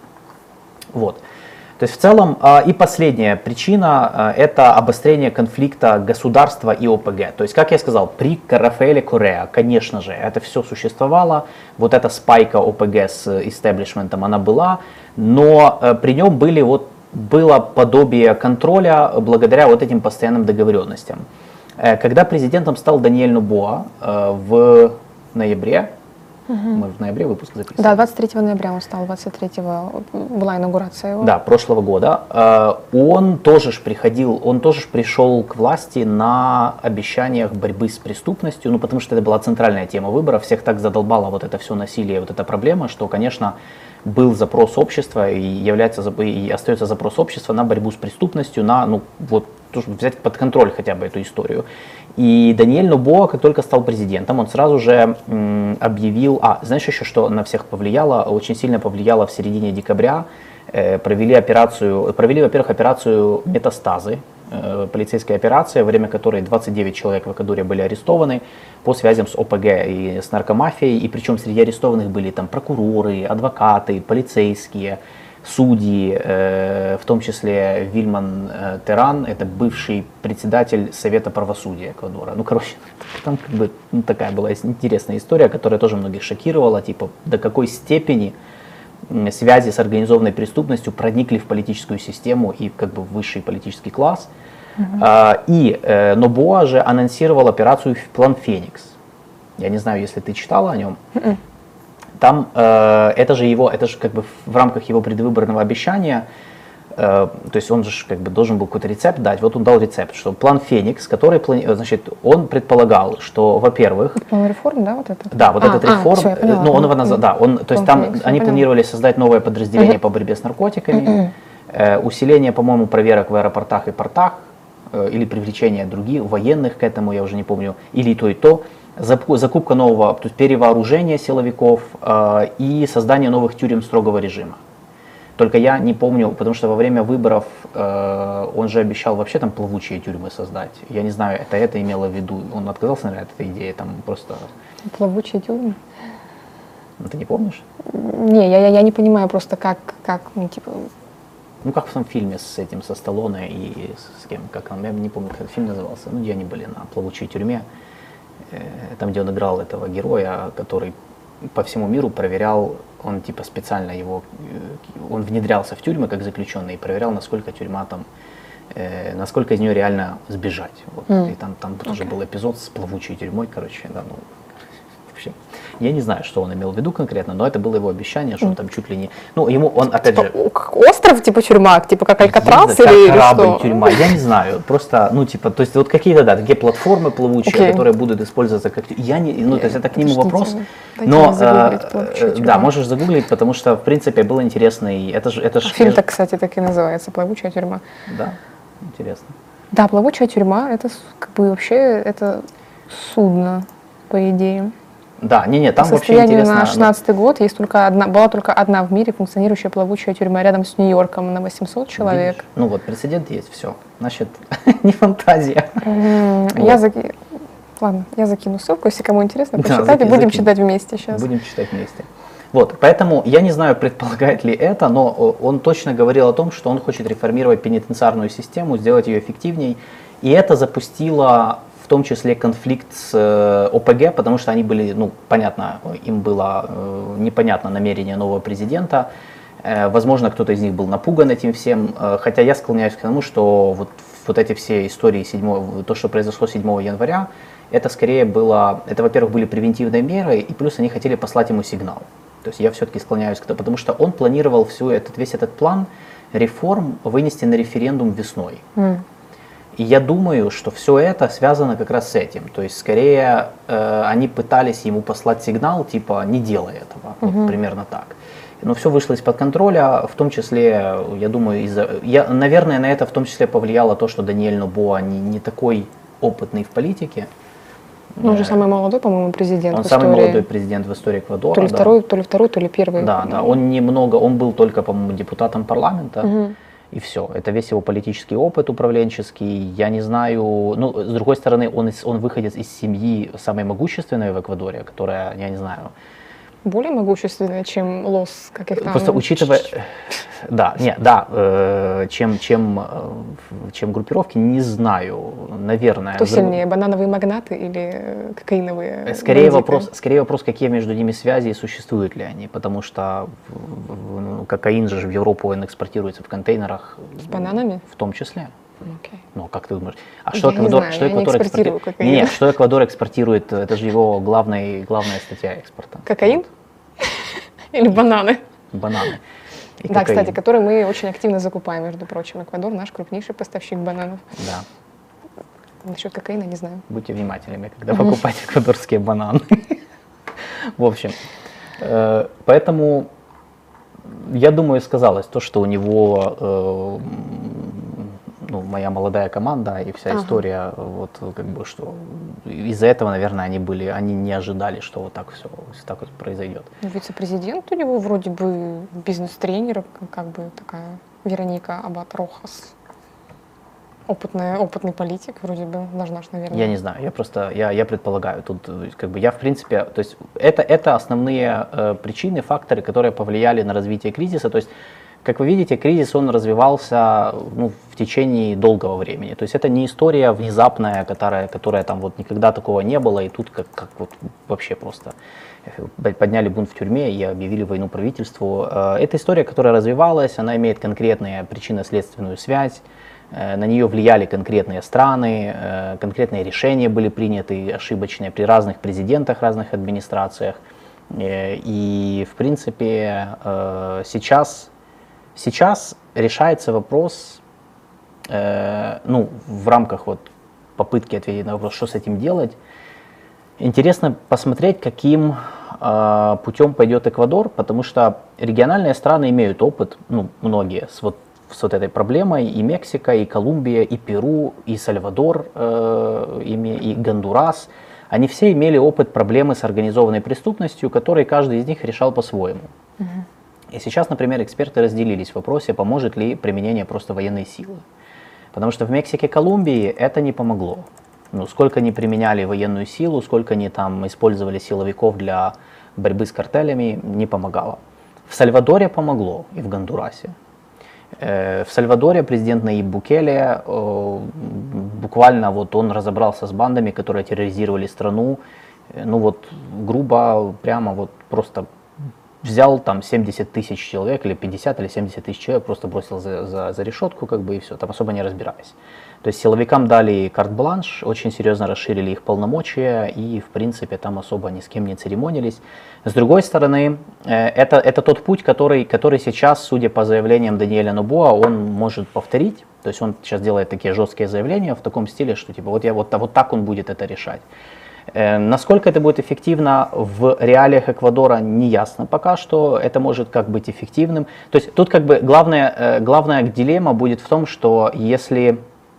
Вот. То есть в целом, и последняя причина – это обострение конфликта государства и ОПГ. То есть, как я сказал, при Рафаэле Корреа, конечно же, это все существовало, вот эта спайка ОПГ с истеблишментом, она была, но при нем были вот было подобие контроля благодаря вот этим постоянным договоренностям. Когда президентом стал Даниэль Нобоа в ноябре, угу. мы в ноябре выпуск записывали. Да, двадцать третьего ноября он стал, двадцать третьего была инаугурация его. Да, прошлого года. Он тоже ж приходил, он тоже ж пришел к власти на обещаниях борьбы с преступностью, ну потому что это была центральная тема выборов, всех так задолбало вот это все насилие, вот эта проблема, что, конечно, был запрос общества и является и остается запрос общества на борьбу с преступностью, на, ну, вот тоже взять под контроль хотя бы эту историю. И Даниэль Нобоа, как только стал президентом, он сразу же м, объявил, а, знаешь еще, что на всех повлияло, очень сильно повлияло в середине декабря, э, провели операцию, провели, во-первых, операцию «Метастазы», э, полицейская операция, во время которой двадцать девять человек в Эквадоре были арестованы по связям с ОПГ и с наркомафией, и причем среди арестованных были там прокуроры, адвокаты, полицейские, судьи, э, в том числе Вильман э, Теран, это бывший председатель Совета правосудия Эквадора. Ну, короче, там как бы ну, такая была интересная история, которая тоже многих шокировала, типа до какой степени связи с организованной преступностью проникли в политическую систему и как бы в высший политический класс. Mm-hmm. А, и э, Нобоа же анонсировал операцию «План Феникс». Я не знаю, если ты читала о нем. Mm-mm. Там э, это же его, это же как бы в рамках его предвыборного обещания, э, то есть он же как бы должен был какой-то рецепт дать. Вот он дал рецепт, что план Феникс, который, значит, он предполагал, что, во-первых, план реформ, да, вот это? Да, вот а, этот а, реформ, все, я поняла, ну он его назвал, да, он, то есть там Феникс, они поняла. планировали создать новое подразделение uh-huh. по борьбе с наркотиками, uh-huh. э, усиление, по-моему, проверок в аэропортах и портах, э, или привлечение других военных к этому, я уже не помню, или и то, и то. Закупка нового, то есть перевооружения силовиков э, и создание новых тюрем строгого режима. Только я не помню, потому что во время выборов э, он же обещал вообще там плавучие тюрьмы создать. Я не знаю, это это имело в виду. Он отказался, наверное, от этой идеи, там просто... Плавучие тюрьмы? Ну, ты не помнишь? Не, я, я, я не понимаю просто, как, как, ну, типа... Ну, как в том фильме с этим, со Сталлоне и с, с кем, как он, я не помню, как этот фильм назывался, ну, где они были на плавучей тюрьме. Там, где он играл этого героя, который по всему миру проверял, он типа специально его, он внедрялся в тюрьмы как заключенный и проверял, насколько тюрьма там, э, насколько из нее реально сбежать. Вот. Mm. И там, там okay. тоже был эпизод с плавучей тюрьмой, короче, да, ну, в общем, я не знаю, что он имел в виду конкретно, но это было его обещание, что он там чуть ли не, ну, ему, он опять типа, же... Остров, типа тюрьма, типа как Алькатрас или, или, как корабль, или что? Тюрьма, я не знаю, просто, ну, типа, то есть вот какие-то, да, такие платформы плавучие, okay. которые будут использоваться как, я не, ну, то есть это к нему вопрос, Дайте но, э, да, можешь загуглить, потому что, в принципе, было интересно, и это же, это же... А фильм-то, кстати, так и называется, «Плавучая тюрьма». Да, интересно. Да, «Плавучая тюрьма», это как бы вообще, это судно, по идее. Да, не, не, там По вообще интересно. На шестнадцатый год есть только одна, была только одна в мире функционирующая плавучая тюрьма рядом с Нью-Йорком на восемьсот человек. Видишь? Ну вот, прецедент есть, все. Значит, не фантазия. Mm, вот. Я заки... Ладно, я закину ссылку, если кому интересно, почитать, да, и будем закину. читать вместе сейчас. Будем читать вместе. Вот, поэтому я не знаю, предполагает ли это, но он точно говорил о том, что он хочет реформировать пенитенциарную систему, сделать ее эффективней, и это запустило в том числе конфликт с э, ОПГ, потому что они были, ну, понятно, им было э, непонятно намерение нового президента. Э, возможно, кто-то из них был напуган этим всем, э, хотя я склоняюсь к тому, что вот, вот эти все истории, седьмого, то, что произошло седьмого января, это скорее было, это, во-первых, были превентивные меры, и плюс они хотели послать ему сигнал. То есть я все-таки склоняюсь к тому, потому что он планировал всю этот, весь этот план реформ вынести на референдум весной. Mm. И я думаю, что все это связано как раз с этим. То есть, скорее, э, они пытались ему послать сигнал, типа, не делай этого. Uh-huh. Вот, примерно так. Но все вышло из-под контроля, в том числе, я думаю, из-за... Я, наверное, на это в том числе повлияло то, что Даниэль Нобоа не, не такой опытный в политике. Ну, он же самый молодой, по-моему, президент он в истории. Он самый молодой президент в истории Эквадора. То ли да. второй, то ли второй, то ли первый. Да, да. Он немного, он был только, по-моему, депутатом парламента. Uh-huh. И все. Это весь его политический опыт управленческий. Я не знаю, ну, с другой стороны, он, из, он выходец из семьи самой могущественной в Эквадоре, которая, я не знаю... Более могущественная, чем Лос каких-то... Просто учитывая... Да, нет, да, э, чем, чем, чем группировки, не знаю, наверное. Кто сильнее, банановые магнаты или кокаиновые скорее вопрос, скорее вопрос, какие между ними связи и существуют ли они, потому что ну, кокаин же в Европу он экспортируется в контейнерах. С бананами? В том числе. Okay. Ну, как ты думаешь? А что я Эквадор, знаю, что я Эквадор не экспортирую экспорти... кокаин. Нет, что Эквадор экспортирует, это же его главный, главная статья экспорта. Кокаин? Или бананы? Бананы. И да, кокаин. кстати, которые мы очень активно закупаем, между прочим. Эквадор наш крупнейший поставщик бананов. Да. Насчет кокаина не знаю. Будьте внимательными, когда покупаете эквадорские бананы. В общем, поэтому я думаю, сказалось то, что у него ну, моя молодая команда и вся Ага. история, вот как бы что из-за этого, наверное, они были, они не ожидали, что вот так все, так вот произойдет. Ну, вице-президент у него вроде бы бизнес-тренер, как бы такая Вероника Абат-Рохас. Опытная, опытный политик, вроде бы, должна ж, наверное. Я не знаю, я просто, я, я предполагаю, тут э, как бы я в принципе, то есть это, это основные э, причины, факторы, которые повлияли на развитие кризиса, то есть как вы видите, кризис, он развивался ну, в течение долгого времени. То есть это не история внезапная, которая, которая там вот никогда такого не было, и тут как, как вот вообще просто подняли бунт в тюрьме и объявили войну правительству. Это история, которая развивалась, она имеет конкретные причинно-следственную связь, на нее влияли конкретные страны, конкретные решения были приняты ошибочные при разных президентах, разных администрациях. И в принципе сейчас... Сейчас решается вопрос, э, ну, в рамках вот попытки ответить на вопрос, что с этим делать. Интересно посмотреть, каким э, путем пойдет Эквадор, потому что региональные страны имеют опыт, ну, многие, с вот, с вот этой проблемой, и Мексика, и Колумбия, и Перу, и Сальвадор, э, и, и Гондурас. Они все имели опыт проблемы с организованной преступностью, который каждый из них решал по-своему. Uh-huh. И сейчас, например, эксперты разделились в вопросе, поможет ли применение просто военной силы. Потому что в Мексике и Колумбии это не помогло. Ну, сколько ни применяли военную силу, сколько ни там использовали силовиков для борьбы с картелями, не помогало. В Сальвадоре помогло и в Гондурасе. В Сальвадоре президент Наиб Букеле буквально вот он разобрался с бандами, которые терроризировали страну. Ну вот грубо, прямо вот просто... Взял там семьдесят тысяч человек, или пятьдесят, или семьдесят тысяч человек, просто бросил за, за, за решетку, как бы, и все, там особо не разбираясь. То есть силовикам дали карт-бланш, очень серьезно расширили их полномочия, и, в принципе, там особо ни с кем не церемонились. С другой стороны, это, это тот путь, который, который сейчас, судя по заявлениям Даниэля Нобоа, он может повторить. То есть он сейчас делает такие жесткие заявления в таком стиле, что типа вот, я, вот, вот так он будет это решать. Насколько это будет эффективно в реалиях Эквадора, не ясно пока что. Это может как быть эффективным. То есть тут как бы главная, главная дилемма будет в том, что если,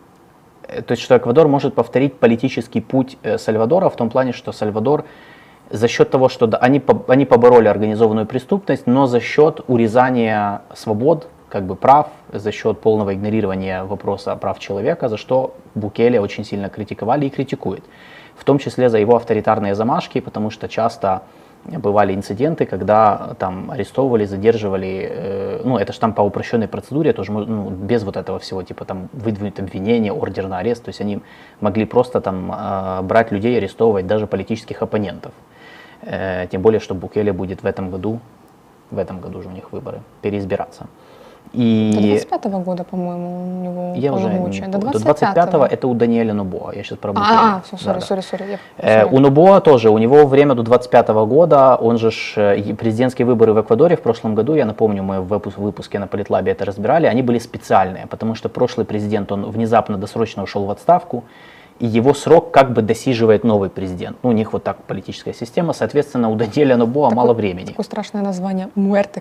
то есть что Эквадор может повторить политический путь Сальвадора в том плане, что Сальвадор за счет того, что они, они побороли организованную преступность, но за счет урезания свобод, как бы прав, за счет полного игнорирования вопроса прав человека, за что Букеле очень сильно критиковали и критикует. В том числе за его авторитарные замашки, потому что часто бывали инциденты, когда там арестовывали, задерживали, э, ну это же там по упрощенной процедуре, тоже ну, без вот этого всего, типа там выдвинуть обвинение, ордер на арест, то есть они могли просто там э, брать людей, арестовывать даже политических оппонентов. Э, тем более, что Букеле будет в этом году, в этом году же у них выборы, переизбираться. И до двадцать пятого года, по-моему, у него я полномочия. Уже, до двадцать пятого это у Даниэля Нобоа. Я сейчас про Букеле. А, а, все, сори, да, сори, сори. Э, у Нобоа тоже, у него время до двадцать пятого года, он же ж, президентские выборы в Эквадоре в прошлом году, я напомню, мы в выпуске на Политлабе это разбирали, они были специальные, потому что прошлый президент, он внезапно досрочно ушел в отставку, и его срок как бы досиживает новый президент. Ну, у них вот так политическая система, соответственно, у Даниэля Нобоа такое, мало времени. Такое страшное название «Muerte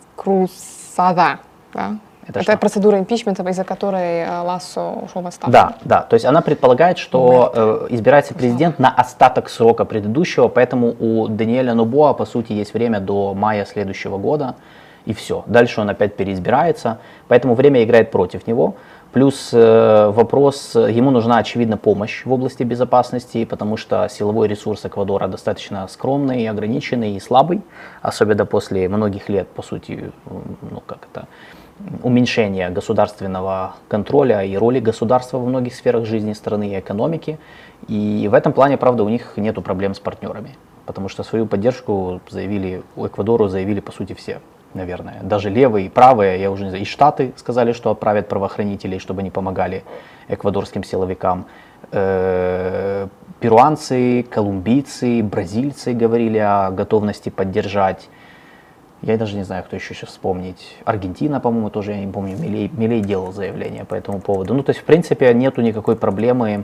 Cruzada». Да? Это, это процедура импичмента, из-за которой Лассо ушел в отставку. Да, да. То есть она предполагает, что э, избирается президент на остаток срока предыдущего, поэтому у Даниэля Нобоа, по сути, есть время до мая следующего года, и все. Дальше он опять переизбирается, поэтому время играет против него. Плюс э, вопрос, ему нужна, очевидно, помощь в области безопасности, потому что силовой ресурс Эквадора достаточно скромный, ограниченный и слабый, особенно после многих лет, по сути, ну как это... уменьшение государственного контроля и роли государства во многих сферах жизни страны и экономики. И в этом плане, правда, у них нет проблем с партнерами, потому что свою поддержку заявили, у Эквадору заявили, по сути, все, наверное. Даже левые и правые, я уже не знаю, и Штаты сказали, что отправят правоохранителей, чтобы они помогали эквадорским силовикам. Э-э- перуанцы, колумбийцы, бразильцы говорили о готовности поддержать. Я даже не знаю, кто еще сейчас вспомнить. Аргентина, по-моему, тоже, я не помню, Милей, Милей делал заявление по этому поводу. Ну, то есть, в принципе, нету никакой проблемы.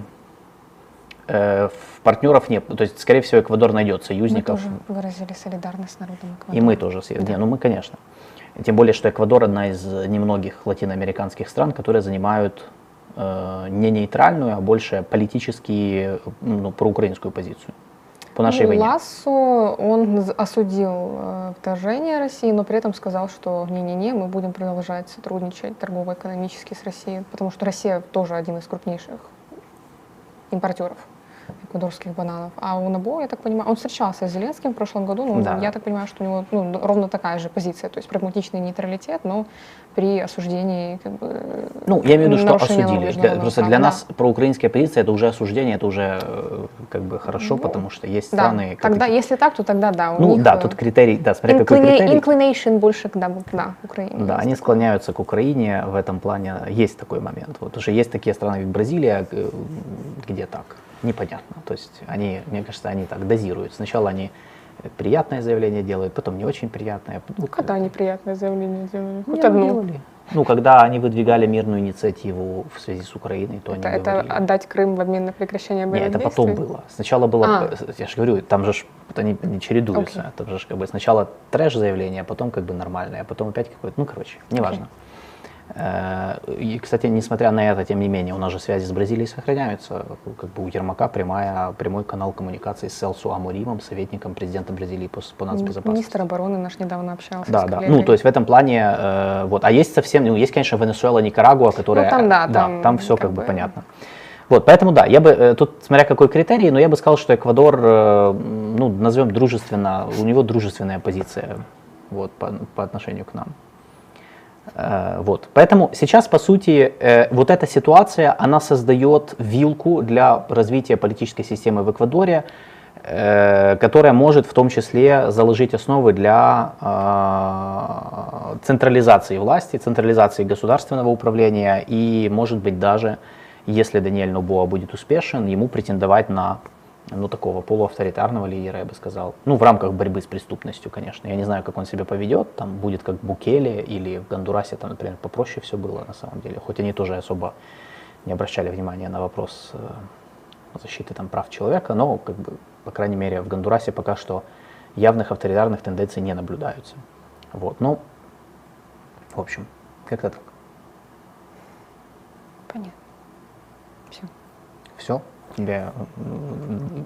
Э, партнеров нет. То есть, скорее всего, Эквадор найдет союзников. Мы тоже выразили солидарность с народом Эквадора. И мы тоже. Да. Не, ну мы, конечно. Тем более, что Эквадор одна из немногих латиноамериканских стран, которые занимают э, не нейтральную, а больше политически, ну, проукраинскую позицию по нашей Ну, войне. Лассо, он з- осудил э, вторжение России, но при этом сказал, что не-не-не, мы будем продолжать сотрудничать торгово-экономически с Россией, потому что Россия тоже один из крупнейших импортеров эквадорских бананов. А у Набо, я так понимаю, он встречался с Зеленским в прошлом году, но Да. я так понимаю, что у него ну, ровно такая же позиция, то есть прагматичный нейтралитет, но при осуждении как бы, Ну, я имею в виду, что нарушения осудили. Для- международного просто права. для Да. нас проукраинская позиция это уже осуждение, это уже э, как бы хорошо, Ну, потому что есть Да, страны, как тогда, эти- если так, то тогда да. У ну них, да, э, тут критерий, да, смотря какой inclina- критерий. inclination больше к да, да, Украине. Да, есть они такое. склоняются к Украине в этом плане, есть такой момент. Вот уже есть такие страны, как Бразилия, э, где так, непонятно. То есть они, мне кажется, они так дозируют. Сначала они приятное заявление делают, потом не очень приятное. Ну, Когда неприятное заявление делали? не, Хоть ну, одно. делали. Ну, когда они выдвигали мирную инициативу в связи с Украиной, то Это, они это говорили. отдать Крым в обмен на прекращение Не, боевых это действий? потом было. Сначала было, А. э, я же говорю, там же ж вот они не чередуются. Окей. Это же ж как бы сначала трэш заявление, а потом как бы нормальное, а потом опять какое-то, ну, короче, неважно. Э, И, кстати, несмотря на это, тем не менее, у нас же связи с Бразилией сохраняются. Как бы у Ермака прямая, прямой канал коммуникации с Селсу Амуримом, советником президента Бразилии по, по нацбезопасности. Министр обороны наш недавно общался Да, с да. коллегой. Ну, то есть в этом плане, э, вот. А есть совсем, ну, есть, конечно, Венесуэла, Никарагуа, которая, Ну, там, да, да, там там все как как бы бы- понятно. Вот, поэтому да, я бы, э, тут смотря какой критерий, но я бы сказал, что Эквадор, э, ну, назовем дружественно, у него дружественная позиция, вот, по, по отношению к нам. Э, Вот, поэтому сейчас, по сути, э, вот эта ситуация, она создает вилку для развития политической системы в Эквадоре, э, которая может в том числе заложить основы для э, централизации власти, централизации государственного управления и, может быть, даже, если Даниэль Нобоа будет успешен, ему претендовать на, ну, такого полуавторитарного лидера, я бы сказал. Ну, в рамках борьбы с преступностью, конечно. Я не знаю, как он себя поведет, там будет как Букеле или в Гондурасе, там, например, попроще все было на самом деле. Хоть они тоже особо не обращали внимания на вопрос э, защиты там, прав человека, но, как бы, по крайней мере, в Гондурасе пока что явных авторитарных тенденций не наблюдаются. Вот, ну, в общем, как-то так. Понятно. Все. Все? Тебе м,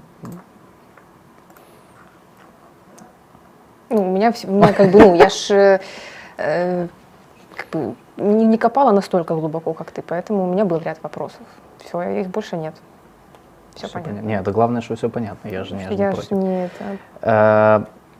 Ну, у меня, все, у меня как бы, ну, я ж э, э, как бы не, не копала настолько глубоко, как ты, поэтому у меня был ряд вопросов. Все, их больше нет. Все всё понятно. понятно. Нет, да главное, что все понятно, я же не, я же не Я ж против. не это. Э,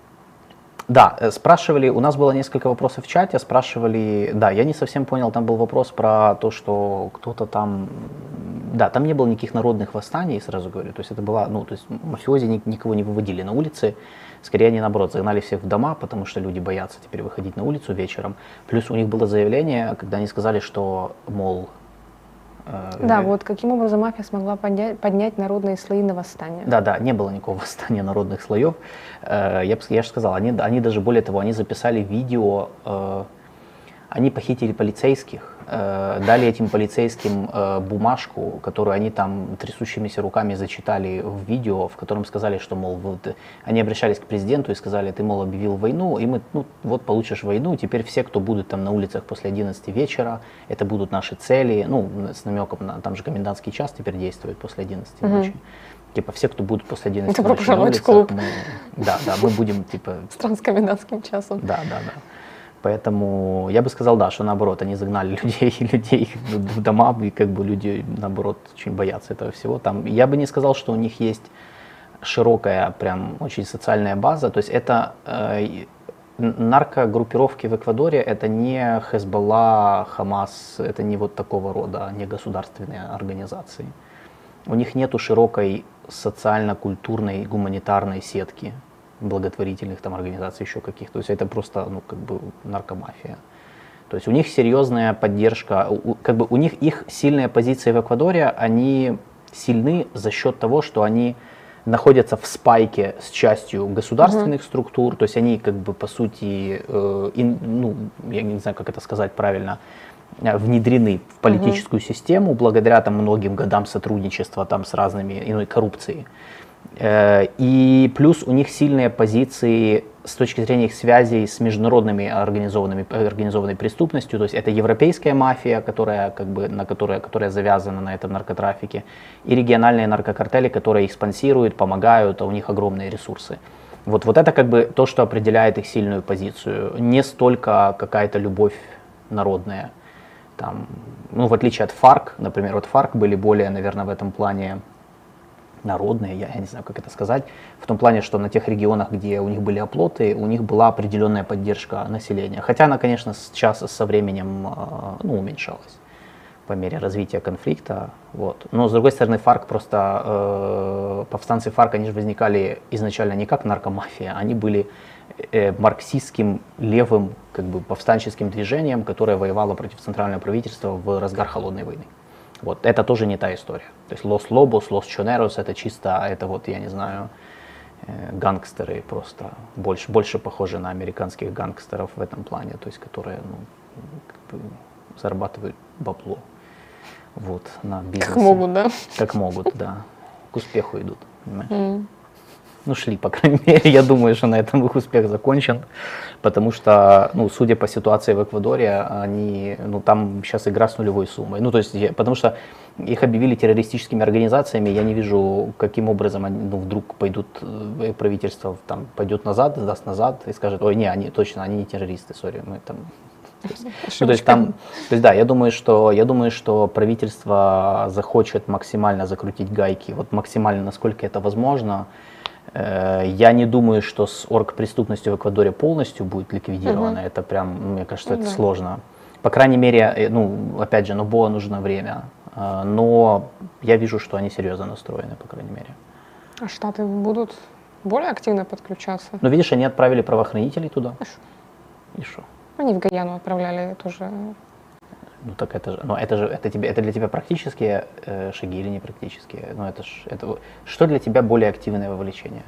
Да, э, спрашивали, у нас было несколько вопросов в чате, спрашивали, да, я не совсем понял, там был вопрос про то, что кто-то там, да, там не было никаких народных восстаний, сразу говорю, то есть это была, ну, то есть мафиози ни- никого не выводили на улицы, скорее они, наоборот, загнали всех в дома, потому что люди боятся теперь выходить на улицу вечером, плюс у них было заявление, когда они сказали, что, мол, э, Да, вот каким образом мафия смогла поднять, поднять народные слои на восстание. Да, да, не было никакого восстания народных слоев. Э, Я, б- я же сказал, они, они даже более того, они записали видео, э, они похитили полицейских, э, дали этим полицейским э, бумажку, которую они там трясущимися руками зачитали в видео, в котором сказали, что, мол, вот, они обращались к президенту и сказали, ты, мол, объявил войну, и мы, ну, вот получишь войну, теперь все, кто будут там на улицах после одиннадцати вечера, это будут наши цели, ну, с намеком на, там же комендантский час теперь действует после одиннадцати Мгм. ночи. Типа все, кто будут после одиннадцати Добро ночи на пожаловать в улицах, клуб. мы- да, да, мы будем, типа, Стран с комендантским часом. да, да, да. Поэтому я бы сказал, да, что наоборот, они загнали людей, людей в дома, и как бы люди, наоборот, очень боятся этого всего. Там, я бы не сказал, что у них есть широкая, прям очень социальная база. То есть это э, наркогруппировки в Эквадоре, это не Хезболла, Хамас, это не вот такого рода, не государственные организации. У них нету широкой социально-культурной, гуманитарной сетки благотворительных там организаций, еще каких-то. То есть это просто, ну, как бы наркомафия. То есть у них серьезная поддержка, у- у- как бы у них их сильные позиции в Эквадоре, они сильны за счет того, что они находятся в спайке с частью государственных структур, то есть они как бы по сути, э, ин- ну, я не знаю, как это сказать правильно, э, внедрены в политическую систему благодаря там многим годам сотрудничества там с разными, иной коррупции. Э, И плюс у них сильные позиции с точки зрения их связей с международными организованными, организованной преступностью. То есть это европейская мафия, которая, как бы, на которая, которая завязана на этом наркотрафике, и региональные наркокартели, которые их спонсируют, помогают, а у них огромные ресурсы. Вот, вот это как бы то, что определяет их сильную позицию. Не столько какая-то любовь народная. Там, ну, в отличие от ФАРК, например, вот ФАРК были более, наверное, в этом плане народные, я, я не знаю, как это сказать, в том плане, что на тех регионах, где у них были оплоты, у них была определенная поддержка населения. Хотя она, конечно, сейчас со временем ну, уменьшалась по мере развития конфликта. Вот. Но, с другой стороны, ФАРК просто, э, повстанцы ФАРК, они же возникали изначально не как наркомафия, они были э, марксистским левым как бы, повстанческим движением, которое воевало против центрального правительства в разгар холодной войны. Вот, это тоже не та история. То есть Лос Лобос, Лос Чонерос, это чисто, это вот, я не знаю, э, гангстеры просто, больше, больше похожи на американских гангстеров в этом плане, то есть которые, ну, как бы зарабатывают бабло, вот, на бизнесе. Как могут, да? Как могут, да. К успеху идут, понимаешь? Mm. Ну, шли, по крайней мере. Я думаю, что на этом их успех закончен, потому что, ну, судя по ситуации в Эквадоре, они, ну, там сейчас игра с нулевой суммой. Ну, то есть, я, потому что их объявили террористическими организациями, я не вижу, каким образом они, ну, вдруг пойдут, правительство там пойдет назад, сдаст назад и скажет, ой, не, они точно, они не террористы, сори, мы там... То есть, ну, то есть там, то есть да, я думаю, что я думаю, что правительство захочет максимально закрутить гайки, вот максимально, насколько это возможно. Я не думаю, что с оргпреступностью в Эквадоре полностью будет ликвидировано. Uh-huh. Это прям, мне кажется, это uh-huh. сложно. По крайней мере, ну, опять же, Нобоа нужно время. Но я вижу, что они серьезно настроены, по крайней мере. А Штаты будут более активно подключаться? Ну, видишь, они отправили правоохранителей туда. А шо? И что? Они в Гаяну отправляли тоже. Ну так это же, ну это же, это тебе, это для тебя практические э, шаги или не практические? Ну это ж, это, что для тебя более активное вовлечение?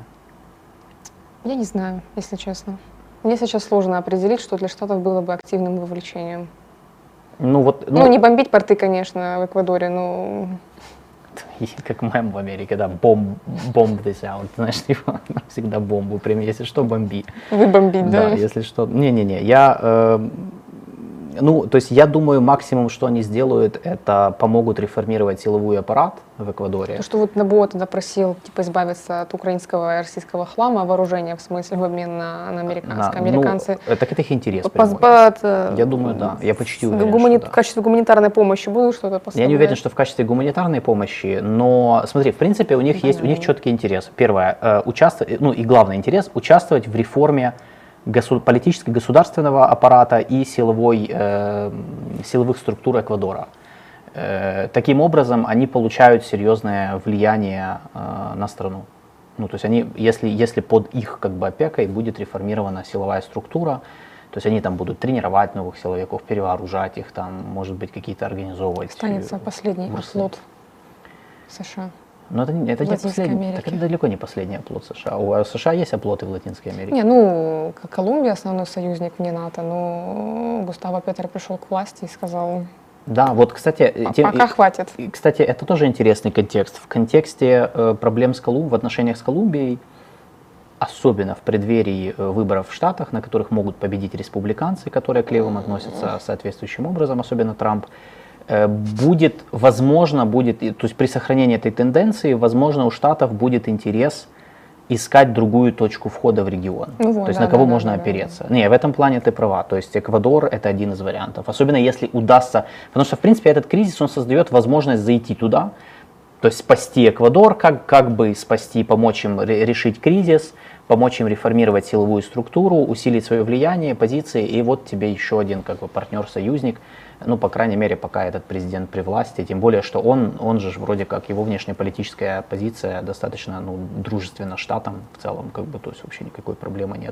Я не знаю, если честно. Мне сейчас сложно определить, что для Штатов было бы активным вовлечением. Ну вот, ну, ну не бомбить порты, конечно, в Эквадоре, но... Как мем в Америке, да, bomb, bomb this out, знаешь, типа, всегда бомбу, прям, если что, бомби. Вы бомбить, да? Да, если что, не-не-не, я... Э, Ну, то есть я думаю, максимум, что они сделают, это помогут реформировать силовой аппарат в Эквадоре. То, что вот Нобоа тогда просил типа избавиться от украинского и российского хлама, вооружения, в смысле, в обмен на, на американское. На, Американцы... Ну, так это их интерес. Под, я думаю, да. Я почти уверен, гумани... что да. В качестве гуманитарной помощи будут что-то поставлять? Я не уверен, что в качестве гуманитарной помощи, но смотри, в принципе, у них да, есть, у них четкий интерес. Первое, э, участвовать, ну и главный интерес, участвовать в реформе госу- политического государственного аппарата и силовой, э, силовых структур Эквадора. Э, таким образом, они получают серьезное влияние э, на страну. Ну, то есть они, если, если под их как бы опекой будет реформирована силовая структура, то есть они там будут тренировать новых силовиков, перевооружать их, там, может быть, какие-то организовывать. Останется последний оплот США. Но это, это, не последний, так это далеко не последний оплот США. У США есть оплоты в Латинской Америке. Не, ну, Колумбия основной союзник вне НАТО, но Густаво Петро пришел к власти и сказал... Да, вот, кстати... А, тем, пока и, хватит. И, кстати, это тоже интересный контекст. В контексте э, проблем с Колумбией, в отношениях с Колумбией, особенно в преддверии э, выборов в Штатах, на которых могут победить республиканцы, которые к левым относятся соответствующим образом, особенно Трамп, будет, возможно, будет, то есть при сохранении этой тенденции, возможно, у Штатов будет интерес искать другую точку входа в регион. Ну вот, то есть да, на кого да, можно да, опереться. Да, да. Не, в этом плане ты права. То есть Эквадор — это один из вариантов. Особенно если удастся, потому что, в принципе, этот кризис, он создает возможность зайти туда, то есть спасти Эквадор, как, как бы спасти, помочь им решить кризис, помочь им реформировать силовую структуру, усилить свое влияние, позиции, и вот тебе еще один как бы партнер-союзник. Ну, по крайней мере, пока этот президент при власти, тем более, что он, он же вроде как, его внешнеполитическая позиция достаточно, ну, дружественна Штатам в целом, как бы, то есть вообще никакой проблемы нет.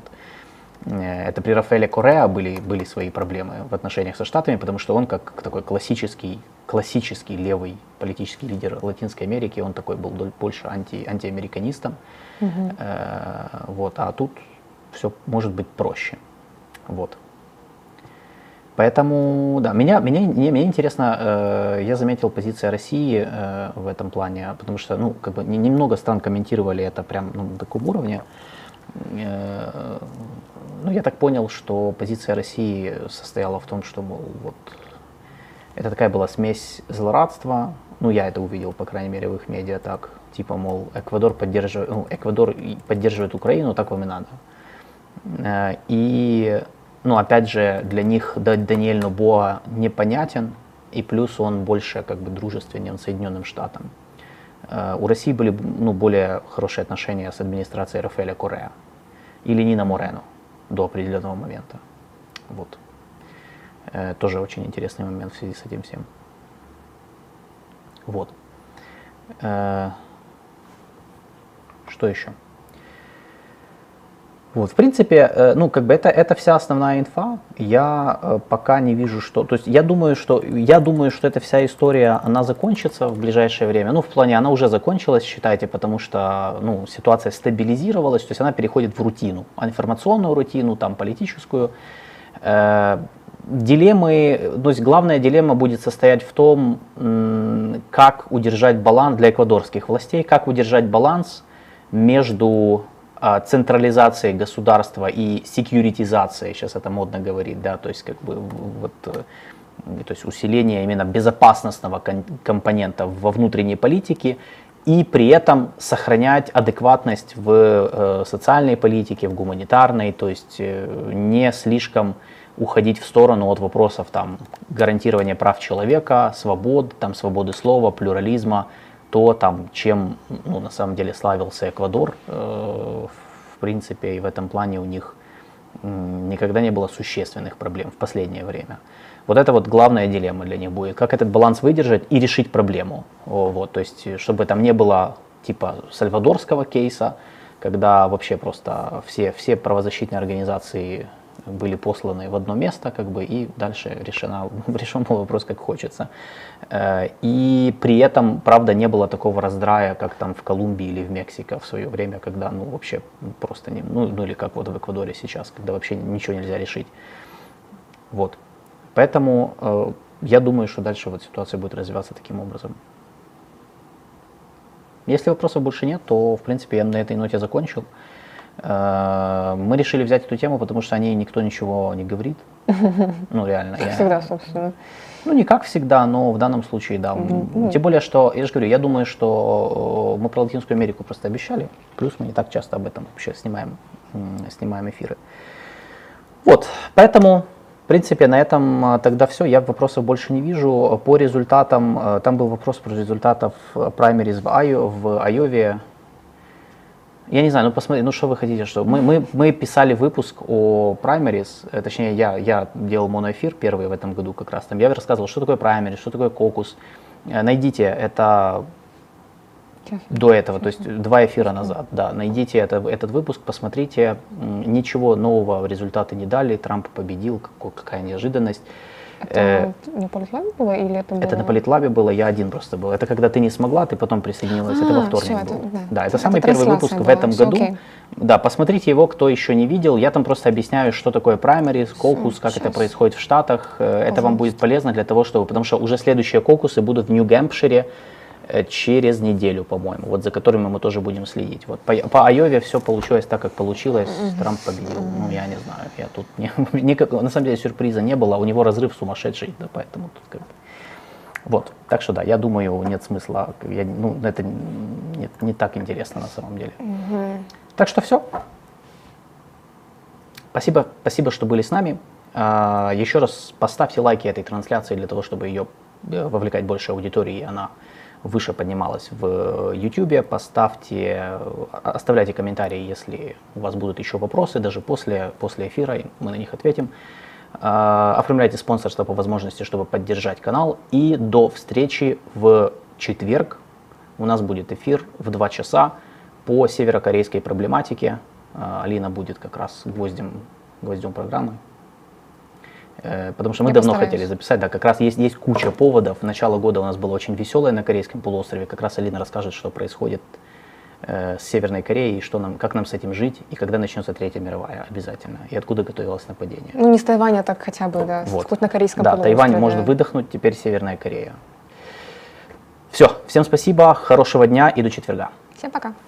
Это при Рафаэле Корреа были, были свои проблемы в отношениях со Штатами, потому что он как такой классический, классический левый политический лидер Латинской Америки, он такой был больше анти, антиамериканистом, угу. э, вот, а тут все может быть проще, вот. Поэтому, да, меня, меня, мне, мне интересно, э, я заметил позиция России э, в этом плане, потому что, ну, как бы не- немного стран комментировали это прям ну, на таком уровне. Э, ну, я так понял, что позиция России состояла в том, что, мол, вот, это такая была смесь злорадства, ну, я это увидел, по крайней мере, в их медиа так, типа, мол, Эквадор поддерживает, ну, Эквадор поддерживает Украину, так вам и надо. Э, и... Ну, опять же, для них Даниэль Нобоа непонятен, и плюс он больше как бы дружественен Соединенным Штатам. У России были ну, более хорошие отношения с администрацией Рафаэля Корреа или Нина Морено до определенного момента. Вот. Тоже очень интересный момент в связи с этим всем. Вот. Что еще? Вот, в принципе, ну, как бы это, это вся основная инфа. Я э, пока не вижу, что... То есть я думаю, что, я думаю, что эта вся история, она закончится в ближайшее время. Ну, в плане, она уже закончилась, считайте, потому что, ну, ситуация стабилизировалась, то есть она переходит в рутину, информационную рутину, там, политическую. Э, дилеммы, то есть главная дилемма будет состоять в том, м, как удержать баланс для эквадорских властей, как удержать баланс между централизацией государства и секьюритизацией, сейчас это модно говорить, да, то есть как бы вот, то есть усиление именно безопасностного компонента во внутренней политике и при этом сохранять адекватность в э, социальной политике, в гуманитарной, то есть э, не слишком уходить в сторону от вопросов там гарантирования прав человека, свобод, там свободы слова, плюрализма. То, там, чем ну, на самом деле славился Эквадор, э, в принципе, и в этом плане у них э, никогда не было существенных проблем в последнее время. Вот это вот главная дилемма для них будет, как этот баланс выдержать и решить проблему. Вот, то есть, чтобы там не было типа сальвадорского кейса, когда вообще просто все, все правозащитные организации были посланы в одно место, как бы, и дальше решена, решен был вопрос, как хочется. И при этом, правда, не было такого раздрая, как там в Колумбии или в Мексике в свое время, когда, ну, вообще просто не, ну, ну или как вот в Эквадоре сейчас, когда вообще ничего нельзя решить. Вот. Поэтому э, я думаю, что дальше вот ситуация будет развиваться таким образом. Если вопросов больше нет, то, в принципе, я на этой ноте закончил. Мы решили взять эту тему, потому что о ней никто ничего не говорит. Ну, реально. Как я... всегда, собственно. Ну, не как всегда, но в данном случае, да. Mm-hmm. Тем более, что, я же говорю, я думаю, что мы про Латинскую Америку просто обещали. Плюс мы не так часто об этом вообще снимаем, снимаем эфиры. Вот, поэтому, в принципе, на этом тогда все. Я вопросов больше не вижу. По результатам, там был вопрос про результатов праймериз в, Айо, в Айове. Я не знаю, ну посмотри, ну что вы хотите, что мы, мы, мы писали выпуск о праймерис, точнее я, я делал моноэфир первый в этом году как раз, там я рассказывал, что такое праймерис, что такое кокус. Найдите это до этого, то есть два эфира назад, да, найдите это, этот выпуск, посмотрите, ничего нового результаты не дали, Трамп победил, какая неожиданность. Это э, на Политлабе было или это было? Это на Политлабе было, я один просто был. Это когда ты не смогла, ты потом присоединилась, а, это во вторник все, был. Это, да. да, это, это это самый первый выпуск была, в этом все, году. окей. Да, посмотрите его, кто еще не видел. Я там просто объясняю, что такое праймерис, кокус, как сейчас. это происходит в Штатах. Пожалуйста. Это вам будет полезно для того, чтобы, потому что уже следующие кокусы будут в Нью-Гэмпшире через неделю, по-моему, вот за которыми мы тоже будем следить. Вот по, по Айове все получилось так, как получилось. Mm-hmm. Трамп победил. Mm-hmm. Ну, я не знаю, я тут не, никак, на самом деле сюрприза не было. У него разрыв сумасшедший, да, поэтому тут как бы. Вот, так что да, я думаю, нет смысла. Я, ну, это не, не так интересно на самом деле. Mm-hmm. Так что все. Спасибо, спасибо, что были с нами. А, еще раз поставьте лайки этой трансляции для того, чтобы ее вовлекать больше аудитории, и она выше поднималась в YouTube. Поставьте, оставляйте комментарии, если у вас будут еще вопросы, даже после, после эфира, мы на них ответим. Оформляйте спонсорство по возможности, чтобы поддержать канал. И до встречи в четверг. У нас будет эфир в два часа по северокорейской проблематике. Алина будет как раз гвоздем, гвоздем программы. Потому что мы Я давно постараюсь. хотели записать, да, как раз есть, есть куча поводов. Начало года у нас было очень веселое на Корейском полуострове. Как раз Алина расскажет, что происходит э, с Северной Кореей, что нам, как нам с этим жить, и когда начнется Третья мировая обязательно, и откуда готовилось нападение. Ну, не с Тайваня, так хотя бы, да, Вот. хоть на Корейском Да, полуострове. Тайвань можно выдохнуть, теперь Северная Корея. Все, всем спасибо, хорошего дня и до четверга. Всем пока.